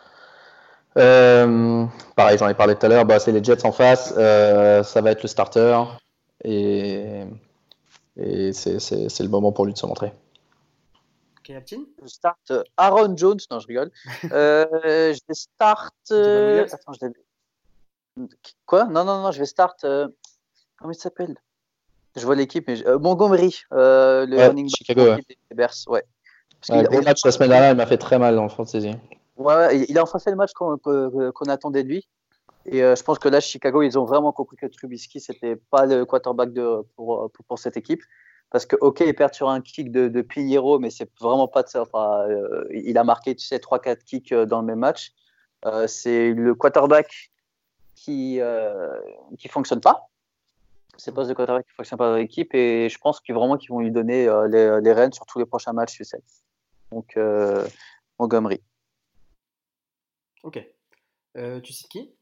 Euh, pareil, j'en ai parlé tout à l'heure, bah, c'est les Jets en face, euh, ça va être le starter et, et c'est, c'est- c'est le moment pour lui de se montrer. Ok, Aptin? Je start euh, Aaron Jones. Non, je rigole. Euh, je vais start. Jamal euh, Williams? Attends, je l'avais- Quoi? Non, non, non, je vais start. euh, Comment il s'appelle? Je vois l'équipe, mais je- euh, Montgomery, euh, le Ouais, running back Chicago, ouais. des des Bears. Ouais. Parce Ouais, qu'il gros il, match la semaine dernière, il m'a fait très mal en fantasy. ouais, ouais, il- il a enfin fait le match qu'on qu'on- qu'on attendait de lui. Et euh, je pense que là, Chicago, ils ont vraiment compris que Trubisky, c'était pas le quarterback de, pour, pour, pour cette équipe. Parce que, ok, ils perdent sur un kick de, de Pinheiro, mais c'est vraiment pas de ça. Enfin, euh, il a marqué, tu sais, trois quatre kicks euh, dans le même match. Euh, c'est le quarterback qui euh, qui fonctionne pas. C'est pas le quarterback qui fonctionne pas dans l'équipe. Et je pense qu'ils vraiment qu'ils vont lui donner euh, les, les rênes sur tous les prochains matchs, tu sais. Donc, euh, Montgomery. Ok. Euh, tu cites qui?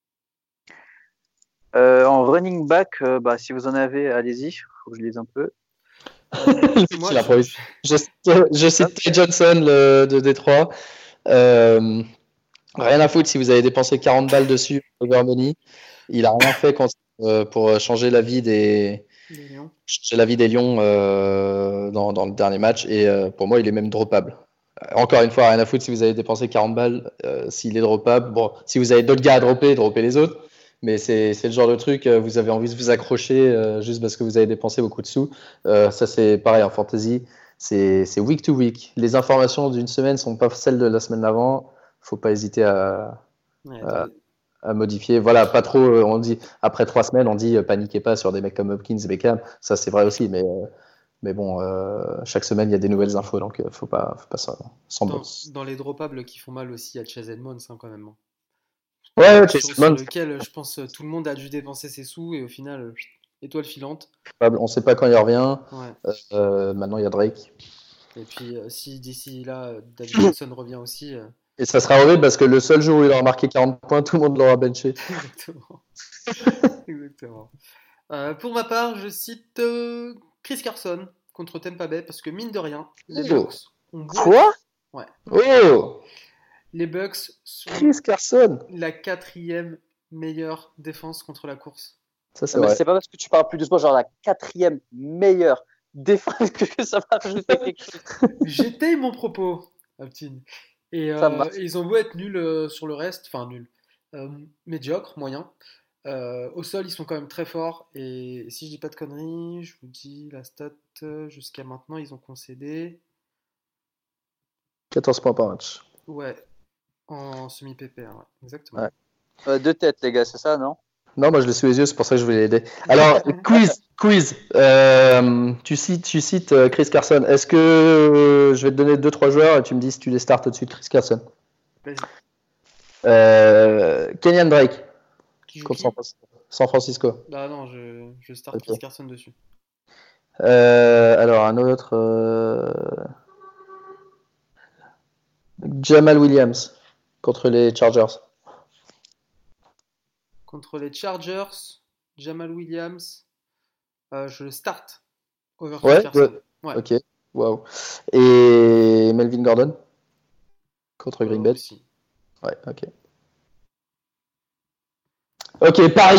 Euh, en running back, euh, bah, si vous en avez, allez-y. Faut que je lise un peu. Euh, moi, Il je, improvise. je- Je, je cite Ty Johnson le- de Détroit. Euh, rien à foutre si vous avez dépensé quarante balles dessus, over money. Il a rien fait contre, euh, pour changer la vie des, des Lions. changer la vie des Lions euh, dans, dans le dernier match. Et euh, pour moi, il est même droppable. Euh, Encore une fois, rien à foutre si vous avez dépensé quarante balles. euh, S'il est droppable, bon, si vous avez d'autres gars à dropper, droppez les autres. Mais c'est c'est le genre de truc, euh, vous avez envie de vous accrocher euh, juste parce que vous avez dépensé beaucoup de sous. Euh, ça, c'est pareil en fantasy. C'est c'est week to week. Les informations d'une semaine sont pas celles de la semaine d'avant. Faut pas hésiter à, Ouais, dans à, les- à modifier. Voilà, pas trop. euh, On dit après trois semaines, on dit euh, paniquez pas sur des mecs comme Hopkins, Beckham. Ça, c'est vrai aussi, mais euh, mais bon, euh, chaque semaine, il y a des nouvelles infos, donc euh, faut pas, faut pas ça, sans dans, boss. dans les droppables qui font mal aussi à Chase Edmonds, hein, quand même. Hein. Ouais, ouais, Sur, Chase sur Edmonds, lequel je pense euh, tout le monde a dû dépenser ses sous et au final, euh, étoile filante. on sait pas quand il revient. Ouais. Euh, maintenant, il y a Drake. Et puis, euh, si d'ici là, euh, David Johnson revient aussi. euh, Et ça sera horrible parce que le seul jour où il aura marqué quarante points, tout le monde l'aura benché. Exactement. Exactement. Euh, pour ma part, je cite euh, Chris Carson contre Tampa Bay parce que mine de rien, les Oh. Bucks ont beau Quoi? être- Ouais. Oh, Les Bucks sont Chris Carson. la quatrième meilleure défense contre la course. Ça, c'est Non, mais vrai. c'est pas parce que tu parles plus doucement, genre la quatrième meilleure défense que ça va rajouter quelque chose. J'étais mon propos, Aptine. Et Ça euh, marche. ils ont beau être nuls euh, sur le reste, enfin nuls, euh, médiocre, moyen. Euh, au sol, ils sont quand même très forts. Et si je dis pas de conneries, je vous dis la stat euh, jusqu'à maintenant, ils ont concédé. quatorze points par match. Ouais, en semi-P P R, ouais, exactement. Ouais. Euh, deux têtes, les gars, c'est ça, non? Non, moi je l'ai sous les yeux, c'est pour ça que je voulais l'aider. Alors, quiz, quiz. Euh, tu cites, tu cites euh, Chris Carson. Est-ce que euh, je vais te donner deux trois joueurs et tu me dis si tu les starts au-dessus de Chris Carson? Vas-y. Euh, Kenyan Drake Qui joue contre qui? San Francisco. San Francisco. Bah non, je, je start Ok. Chris Carson dessus. Euh, alors un autre. euh, Jamal Williams contre les Chargers. Contre les Chargers, Jamal Williams, euh, je le start over Chris Ouais, Carson. ouais. Ouais, Ok. Waouh. Et Melvin Gordon contre Green euh, Bay. aussi. Ouais, ok. Ok, Paris.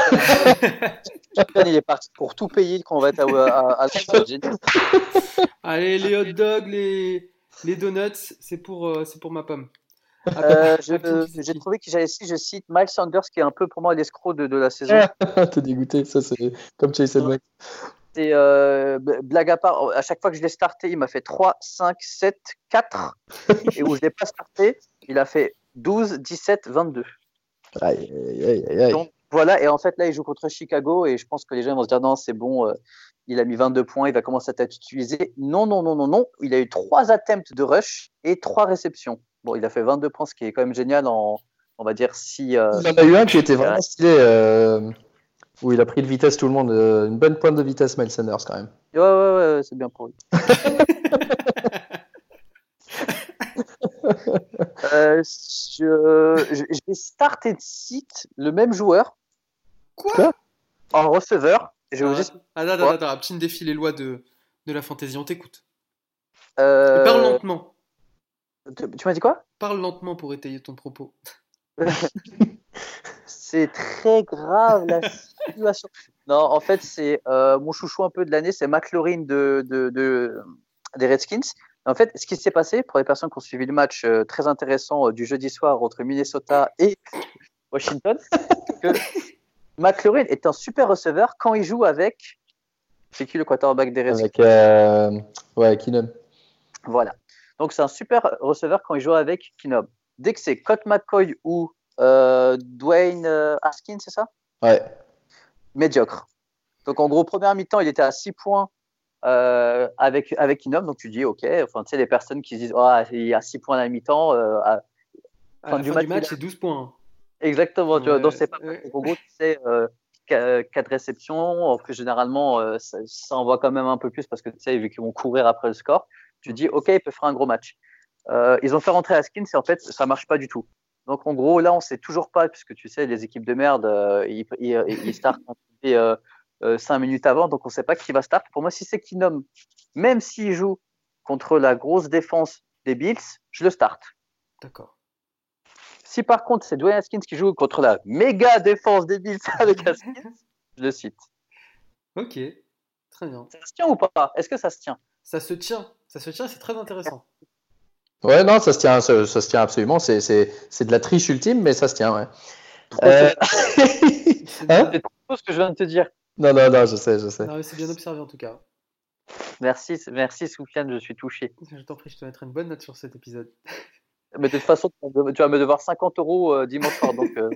Il est parti pour tout payer quand on va être à, à, à, à... Allez, les hot dogs, les, les donuts, c'est pour, euh, c'est pour ma pomme. Ah, Euh, Aptine, je, tu sais j'ai qui? trouvé que j'avais si je cite Miles Sanders qui est un peu pour moi l'escroc de, de la saison. T'es dégoûté, ça c'est comme Chase Edmonds. C'est euh, blague à part, à chaque fois que je l'ai starté, il m'a fait trois, cinq, sept, quatre. Et où je l'ai pas starté, il a fait douze, dix-sept, vingt-deux. Aïe, aïe, aïe, aïe. Donc voilà, et en fait là, il joue contre Chicago et je pense que les gens vont se dire non, c'est bon, euh, il a mis vingt-deux points, il va commencer à être utilisé. Non, non, non, non, non. Il a eu trois attempts de rush et trois réceptions. Bon, il a fait vingt-deux points, ce qui est quand même génial en, on va dire, si. Euh, Il en a eu un qui était euh, vraiment stylé, euh, où il a pris de vitesse tout le monde. euh, une bonne pointe de vitesse, Miles Sanders quand même. Ouais, ouais, ouais, c'est bien pour lui. euh, je, je, je vais starter de site le même joueur. Quoi? Quoi? En receveur. Je vais Ah, vous expliquer. attends, attends, attends, Aptine défie les lois de, de la fantaisie, on t'écoute. Euh, Parle lentement. tu, tu m'as dit quoi? Parle lentement pour étayer ton propos. C'est très grave la situation. Non, en fait, c'est euh, mon chouchou un peu de l'année, c'est McLaurin de, de, de, des Redskins. En fait, ce qui s'est passé, pour les personnes qui ont suivi le match euh, très intéressant euh, du jeudi soir entre Minnesota et Washington, que McLaurin est un super receveur quand il joue avec. C'est qui le quarterback des Redskins? Avec. Euh... Ouais, Keenum. Voilà. Donc, c'est un super receveur quand il joue avec Keenum. Dès que c'est Colt McCoy ou euh, Dwayne euh, Haskins, c'est ça? Ouais. Médiocre. Donc, en gros, première mi-temps, il était à six points euh, avec, avec Keenum. Donc, tu dis, OK. Enfin, tu sais, les personnes qui se disent, oh, il y a six points à la mi-temps. Euh, à à la fin du match, c'est douze points. Exactement. Ouais, tu vois, donc, c'est pas ouais. En gros, tu sais, euh, quatre réceptions. Plus généralement, euh, ça, ça envoie quand même un peu plus parce que, tu sais, vu qu'ils vont courir après le score, tu dis, OK, il peut faire un gros match. Euh, ils ont fait rentrer Haskins et en fait, ça marche pas du tout. Donc, en gros, là, on sait toujours pas, puisque tu sais, les équipes de merde, euh, ils, ils, ils startent euh, euh, cinq minutes avant, donc on sait pas qui va start. Pour moi, si c'est Keenum, même s'il joue contre la grosse défense des Bills, je le starte. D'accord. Si par contre, c'est Dwayne Haskins qui joue contre la méga défense des Bills avec Haskins, je le cite. Ok, très bien. Ça se tient ou pas? Est-ce que ça se tient? Ça se tient, ça se tient, c'est très intéressant. Ouais, non, ça se tient, ça, ça se tient absolument. C'est, c'est, c'est de la triche ultime, mais ça se tient, ouais. Euh... c'est, bien... hein c'est trop ce que je viens de te dire. Non, non, non, je sais, je sais. Non, mais c'est bien observé en tout cas. Merci, merci Soufiane, je suis touché. Je t'en prie, je te mettrai une bonne note sur cet épisode. Mais de toute façon, tu vas me devoir cinquante euros euh, dimanche soir, donc. Euh...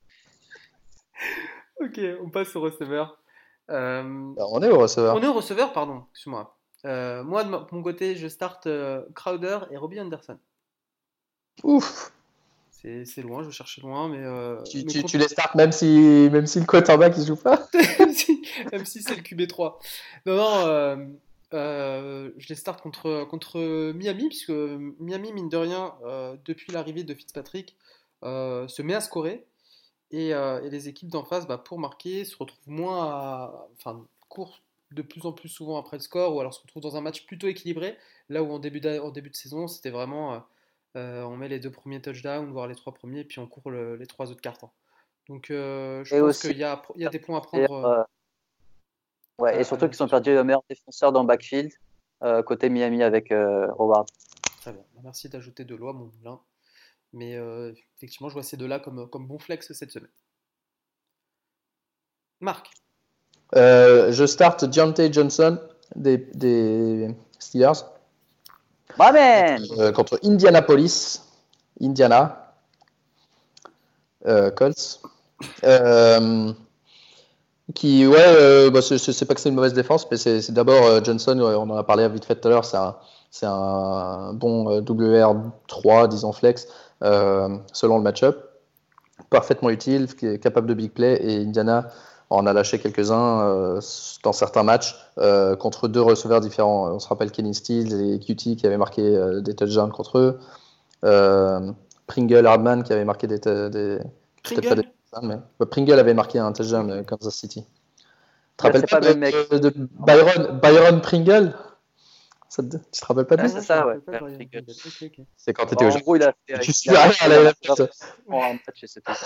Ok, on passe au receveur. Euh... Alors, on est au receveur. On est au receveur, pardon, excuse-moi. Euh, moi, de mon côté, je starte euh, Crowder et Robbie Anderson. Ouf. C'est, c'est loin, je cherchais loin, mais. Euh, tu, mais tu, contre... tu les starts même si, même si le quarterback il joue pas. même, si, même si c'est le Q B trois. Non, non, euh, euh, je les starte contre, contre Miami, puisque Miami, mine de rien, euh, depuis l'arrivée de Fitzpatrick, euh, se met à scorer. Et, euh, et les équipes d'en face, bah, pour marquer, se retrouvent moins à. Enfin, courent de plus en plus souvent après le score, ou alors se retrouvent dans un match plutôt équilibré, là où en début de, en début de saison, c'était vraiment. Euh, euh, on met les deux premiers touchdowns, voire les trois premiers, puis on court le, les trois autres cartons. Donc euh, je et pense aussi, qu'il y a, il y a des points à prendre. euh, ouais, à, et surtout qu'ils ont perdu le meilleur défenseur dans le backfield, euh, côté Miami avec euh, Howard. Très bien, merci d'ajouter de loi, mon moulin. Mais euh, effectivement, je vois ces deux-là comme, comme bon flex cette semaine. Marc. Euh, je start Deontay Johnson des, des Steelers. Amen. Euh, contre Indianapolis. Indiana. Euh, Colts. Euh, qui, ouais, euh, bah, c'est, c'est pas que c'est une mauvaise défense, mais c'est, c'est d'abord euh, Johnson, ouais, on en a parlé vite fait tout à l'heure, c'est un, c'est un bon euh, W R trois, disons flex, euh, selon le match-up. Parfaitement utile, qui est capable de big play, et Indiana en a lâché quelques-uns euh, dans certains matchs euh, contre deux receveurs différents. On se rappelle Kenny Stills et Q T qui avaient marqué euh, des touchdowns contre eux. Euh, Pringle Hardman qui avait marqué des, des peut-être pas des Pringle. touchdowns, mais bah, Pringle avait marqué un touchdown euh, Kansas City. Tu te Là, rappelles c'est pas, pas le de, même mec. de, de Byron, Byron Pringle? Ça te, tu te rappelles pas de Ouais, lui? c'est Ah, je me ça, ouais. rappelle pas de Brian Pringle. Pringle. Ok, ok. C'est quand tu Bah, étais au en Japon. gros, il a fait, Tu il suis a rien marqué à la un N F L. touchdown pour un match et c'est tout.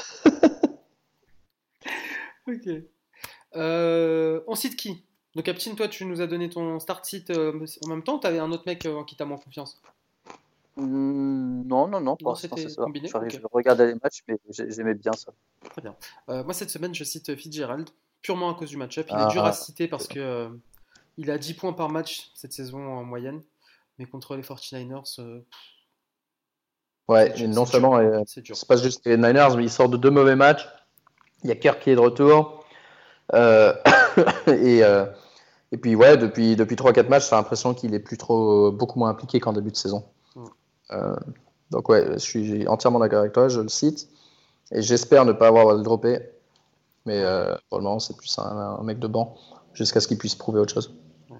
Ok. Euh, on cite qui? Donc, Aptine, toi, tu nous as donné ton start site euh, en même temps ou t'avais un autre mec euh, en qui t'as moins confiance? Hmm, non, non, non, pour Non, l'instant, c'est c'était ça. combiné? Je, Ok, je regardais les matchs, mais j'ai- j'aimais bien ça. très bien. Euh, moi, cette semaine, je cite Fitzgerald, purement à cause du match-up. Il est dur à Ah, citer parce que euh, il a dix points par match cette saison en moyenne. Mais contre les forty-niners, euh, c'est ouais, et dur. non C'est dur. seulement, euh, C'est dur. c'est pas juste les Niners, mais ils sortent de deux mauvais matchs. Il y a Kirk qui est de retour. Euh, et, euh, et puis, ouais, depuis, depuis trois quatre matchs, j'ai l'impression qu'il est plus trop, beaucoup moins impliqué qu'en début de saison. Mm. Euh, donc, ouais, je suis entièrement d'accord avec toi, je le cite. Et j'espère ne pas avoir à le dropper. Mais Ouais. euh, pour le moment, c'est plus un, un mec de banc, jusqu'à ce qu'il puisse prouver autre chose. Ouais.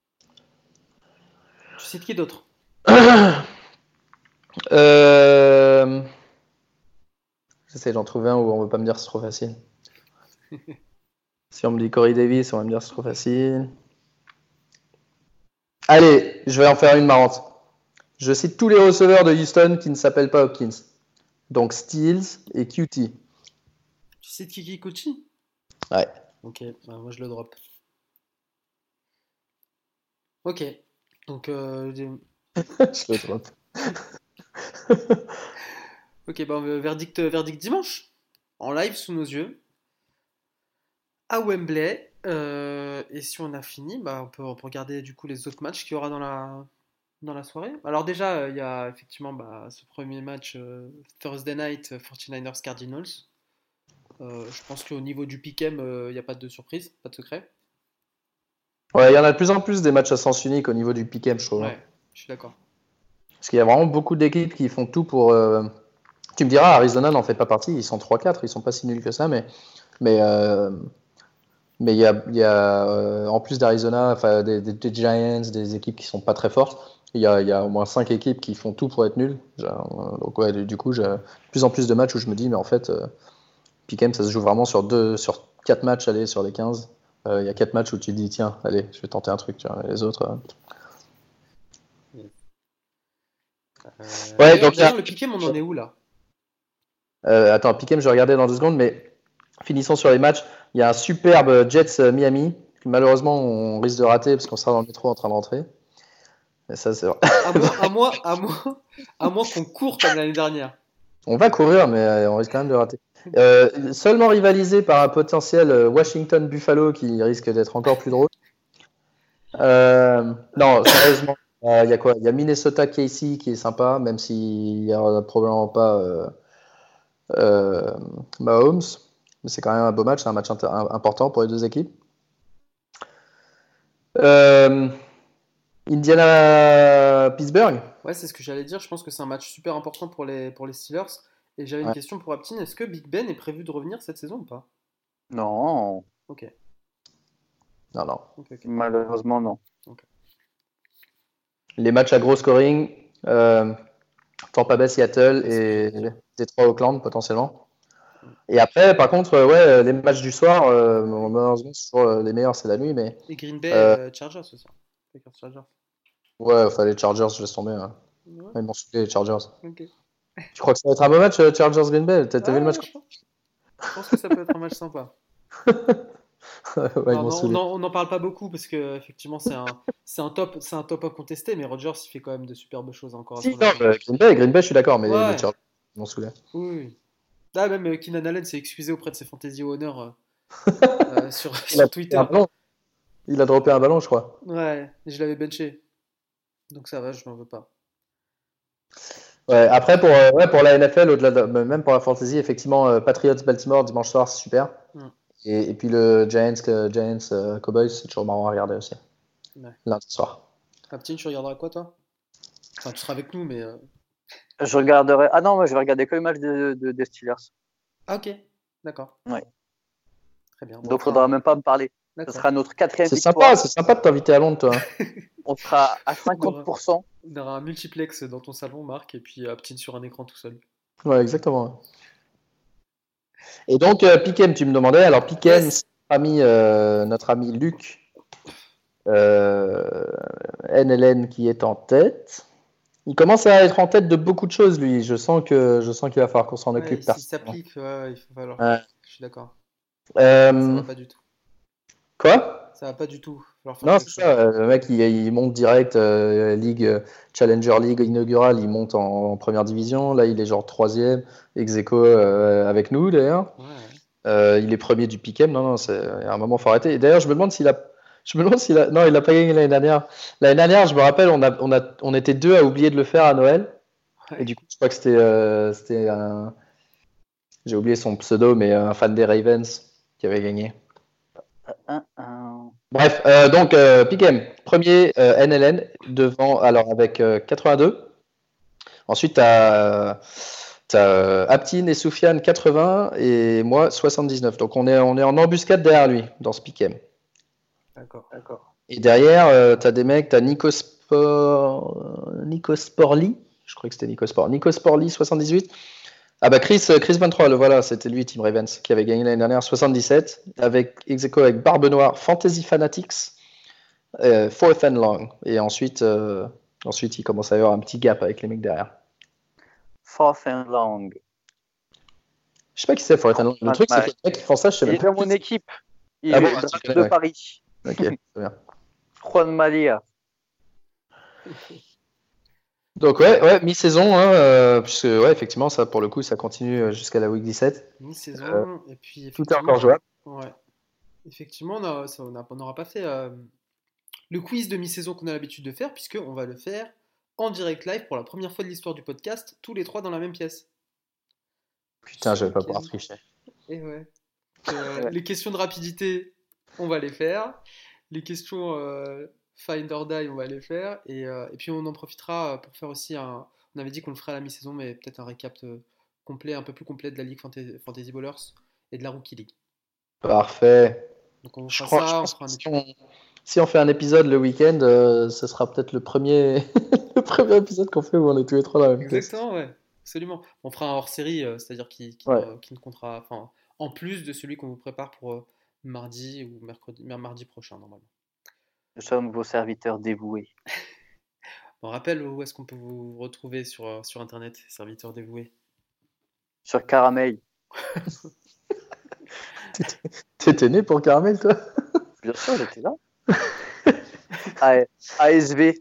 Tu cites qui d'autre? euh... J'essaie d'en trouver un où on ne veut pas me dire que c'est trop facile. Si on me dit Corey Davis, on va me dire que c'est trop facile. Allez, je vais en faire une marrante. Je cite tous les receveurs de Houston qui ne s'appellent pas Hopkins. Donc Steels et Q T. Tu cites Kiki Kuchi? Ouais. Ok, bah, moi je le drop. Ok, donc euh, Je le drop. ok, bah, euh, verdict, verdict dimanche, en live sous nos yeux, à Wembley. Euh, et si on a fini, bah, on peut, on peut regarder du coup les autres matchs qu'il y aura dans la, dans la soirée. Alors déjà, euh, il y a effectivement bah, ce premier match euh, Thursday Night euh, forty-niners Cardinals. Euh, je pense qu'au niveau du pick-em, il n'y a pas de surprise, pas de secret. Ouais, il y en a de plus en plus des matchs à sens unique au niveau du pick-em, je trouve. Hein. Ouais, je suis d'accord. Parce qu'il y a vraiment beaucoup d'équipes qui font tout pour. Euh... Tu me diras, Arizona n'en fait pas partie. Ils sont trois quatre, ils sont pas si nuls que ça, mais. Mais euh, mais il y a, il y a euh, en plus d'Arizona, enfin des, des, des Giants, des équipes qui sont pas très fortes. Il y a, il y a au moins cinq équipes qui font tout pour être nulles. Genre, donc ouais, du coup, j'ai de plus en plus de matchs où je me dis, mais en fait, euh, Pick'em, ça se joue vraiment sur deux, sur quatre matchs, allez, sur les quinze. Euh, Il y a quatre matchs où tu te dis, tiens, allez, je vais tenter un truc. Tu vois, les autres. Euh... Euh, Ouais, d'ailleurs, donc il y a- d'ailleurs, le pick-em, on en est où là? euh, attends, Pick'em, je vais regarder dans deux secondes, mais finissons sur les matchs. Il y a un superbe Jets euh, Miami. Que malheureusement, on risque de rater parce qu'on sera dans le métro en train de rentrer. Et ça, c'est vrai. À moins, à moins, à moins, à moins qu'on court comme l'année dernière. On va courir, mais euh, on risque quand même de rater. Euh, seulement rivalisé par un potentiel euh, Washington-Buffalo qui risque d'être encore plus drôle. Euh, non, sérieusement, euh, il y a quoi? Il y a Minnesota-K C qui est sympa, même s'il n'y a probablement pas euh, euh, Mahomes. Mais c'est quand même un beau match, c'est un match inter- important pour les deux équipes. Euh, Indiana-Pittsburgh. Ouais, c'est ce que j'allais dire. Je pense que c'est un match super important pour les, pour les Steelers. Et j'avais une Ouais. question pour Aptine. Est-ce que Big Ben est prévu de revenir cette saison ou pas? Non, Ok, Non, non. ok, ok. malheureusement, non. Les matchs à gros scoring, euh, Tampa Bay, Seattle Ouais, c'est ce que et j'allais dire. Detroit, Oakland potentiellement. Et après, par contre, euh, ouais, les matchs du soir, euh, malheureusement, c'est toujours, euh, les meilleurs, c'est la nuit, mais Et Green Bay, euh, euh, Chargers aussi. Packers, Chargers. ouais, enfin, les Chargers, je laisse tomber. Hein. Ouais, Ils m'ont saoulé, les Chargers. ok. Tu crois que ça va être un beau match, euh, Chargers-Green Bay? T'as t'as vu le match? Ah, je pense, je pense que ça peut être un match sympa. Ouais, ils Non, m'ont non, on saoulé. n'en on n'en parle pas beaucoup parce que effectivement c'est un, c'est un top, c'est un top incontesté, mais Rodgers il fait quand même de superbes choses encore à Si, son non, âge. euh, Green Bay, Green Bay, je suis d'accord, mais les Ouais, Chargers, ils m'ont saoulé. oui, oui. Ah, même euh, Keenan Allen s'est excusé auprès de ses fantasy owners euh, euh, sur, Il sur a Twitter. un ballon. Il a droppé un ballon, je crois. Ouais, et je l'avais benché. Donc ça va, je n'en veux pas. Ouais, après, pour, euh, ouais, pour la N F L, au-delà de, même pour la fantasy, effectivement, euh, Patriots Baltimore dimanche soir, c'est super. Mm. Et, et puis le Giants, euh, Giants euh, Cowboys, c'est toujours marrant à regarder aussi. Ouais. Lundi soir. Aptine, tu regarderas quoi, toi? Enfin, tu seras avec nous, mais. euh, Je regarderai. Ah non, moi je vais regarder que le match de, de- des Steelers. Ah, ok, d'accord. Ouais. Très bien. Bon, Donc on faudra fera- même pas me parler. Ce D'accord. sera notre quatrième C'est victoire. sympa, c'est sympa de t'inviter à Londres, toi. hein. On sera à cinquante pour cent. On aura un multiplex dans ton salon, Marc, et puis Aptine sur un écran tout seul. Ouais, exactement. Et donc, euh, Piquen, tu me demandais. Alors, Piquen, Yes. c'est notre ami, euh, notre ami Luc, euh, N L N, qui est en tête. Il commence à être en tête de beaucoup de choses, lui. Je sens que je sens qu'il va falloir qu'on s'en Ouais, occupe. s'il personnellement. s'applique, ouais, il faut falloir. Ouais. Je suis d'accord. Euh, Ça va pas du tout. Quoi? Ça va pas du tout. Falloir faire Non, quelque c'est chose. ça. euh, Le mec, il, il monte direct, euh, Ligue euh, Challenger League inaugurale, il monte en, en première division. Là, il est genre troisième, ex aequo euh, avec nous d'ailleurs. Ouais, ouais. Euh, il est premier du Piquen. Non, non, c'est à un moment faut arrêter. Et d'ailleurs, je me demande s'il a, je me demande s'il a, non, il a pas gagné l'année dernière. L'année dernière, je me rappelle, on a, on a, on était deux à oublier de le faire à Noël. Ouais. Et du coup, je crois que c'était, euh, c'était un, j'ai oublié son pseudo, mais un fan des Ravens qui avait gagné. Un, un. Bref, euh, donc euh, Piquen, premier euh, N L N devant, alors avec euh, quatre-vingt-deux. Ensuite, tu as, Aptine et Soufiane quatre-vingts et moi soixante-dix-neuf. Donc on est, on est en embuscade derrière lui dans ce Piquen. D'accord. D'accord. Et derrière, euh, tu as des mecs, tu as Nico, Spor... Nico Sporli, je crois que c'était Nico Sport, Nico Sporli soixante-dix-huit. Ah bah Chris, Chris vingt-trois, le voilà, c'était lui, Team Ravens, qui avait gagné l'année dernière soixante-dix-sept, avec ex aequo avec Barbe Noire, Fantasy Fanatics, euh, Fourth and Long. Et ensuite, euh, ensuite, il commence à y avoir un petit gap avec les mecs derrière. Fourth and long. Je sais pas qui c'est Fourth and Long. Le Ah, truc, c'est bah, que les mecs qui font ça, je sais Il même est pas. dans mon équipe. Il Ah est bon, de, tu connais, de ouais. Paris. Ok, c'est bien. Juan Malia. Donc ouais, ouais, mi-saison, hein, euh, puisque ouais, effectivement, ça pour le coup, ça continue euh, jusqu'à la week dix-sept. Mi-saison, Euh, et puis Tout est encore effectivement. jouable. Ouais. Effectivement, on a- ça, on a- on n'aura pas fait euh, le quiz de mi-saison qu'on a l'habitude de faire, puisqu'on va le faire en direct live pour la première fois de l'histoire du podcast, tous les trois dans la même pièce. Putain, je vais pas Ok. pouvoir tricher. Et ouais. Euh, Ouais. Les questions de rapidité, on va les faire. Les questions euh, Find or Die, on va les faire. Et, euh, et puis on en profitera pour faire aussi un. On avait dit qu'on le ferait à la mi-saison, mais peut-être un récap euh, complet, un peu plus complet de la Ligue Fantasy, Fantasy Ballers et de la Rookie League. Parfait. Donc on Je fera crois, je ça, on pense fera un que si épisode. on, si on fait un épisode le week-end, euh, ce sera peut-être le premier, le premier épisode qu'on fait où on est tous les trois dans la même pièce. Exactement, ouais. Absolument. On fera un hors-série, euh, c'est-à-dire qui, qui, Ouais. ne, qui ne comptera. Enfin, en plus de celui qu'on vous prépare pour euh, mardi ou mercredi, mardi prochain, normalement. Nous sommes vos serviteurs dévoués. On rappelle où est-ce qu'on peut vous retrouver sur, euh, sur Internet, serviteurs dévoués. Sur Caramel. T'étais né pour Caramel, toi? Bien sûr, j'étais là. A- ASV.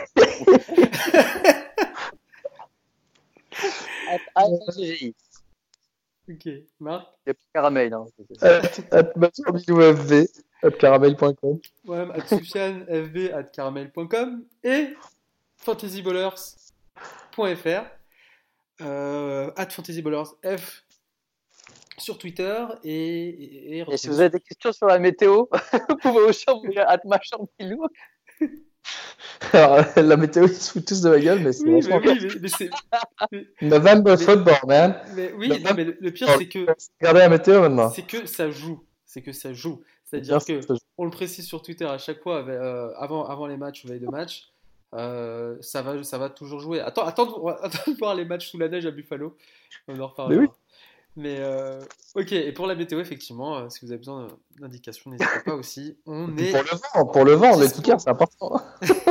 A S V J. Ok, Marc. Il n'y a plus Caramel. Hein. At, at matchurbilou F V, at caramel point com. Moi-même, at Soufiane, f b at caramel point com et fantasyballers point f r, euh, at fantasyballers f sur Twitter et, et, et Et si vous avez des questions sur la météo, vous pouvez aussi envoyer à Machambilou. Alors, la météo, ils se foutent tous de ma gueule, mais c'est Oui, mais, vachement oui, mais, mais c'est. mais- November mais- football, man. mais oui, November non, mais le, le pire, c'est que, Regardez la météo maintenant. c'est que ça joue. C'est que ça joue. C'est-à-dire Bien que, sûr, on le précise sur Twitter à chaque fois, euh, avant, avant les matchs ou veille de match, euh, ça, va, ça va toujours jouer. Attends, attends, de, attends de voir les matchs sous la neige à Buffalo. On en reparlera. Mais oui. Mais euh, ok, et pour la météo, effectivement, euh, si vous avez besoin d'indications, n'hésitez pas aussi. On est. Pour le vent, pour le vent, le Dispo. ticker, c'est important.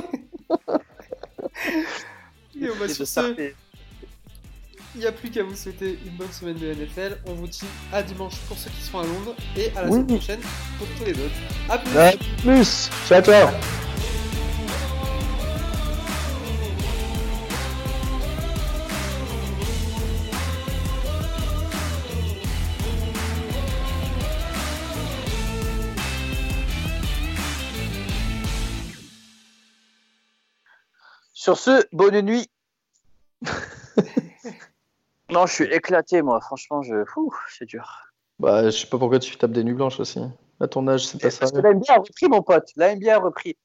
Et on va Et sur de ce. starter. Il n'y a plus qu'à vous souhaiter une bonne semaine de N F L. On vous dit à dimanche pour ceux qui seront à Londres et à la Oui. semaine prochaine pour tous les autres. À plus. À plus. Ciao, ciao. Sur ce, bonne nuit. Non, je suis éclaté, moi. Franchement, je... Ouh, c'est dur. Bah, je sais pas pourquoi tu tapes des nuits blanches aussi. À ton âge, c'est pas ça. Parce que la N B A a repris, mon pote. La N B A a repris.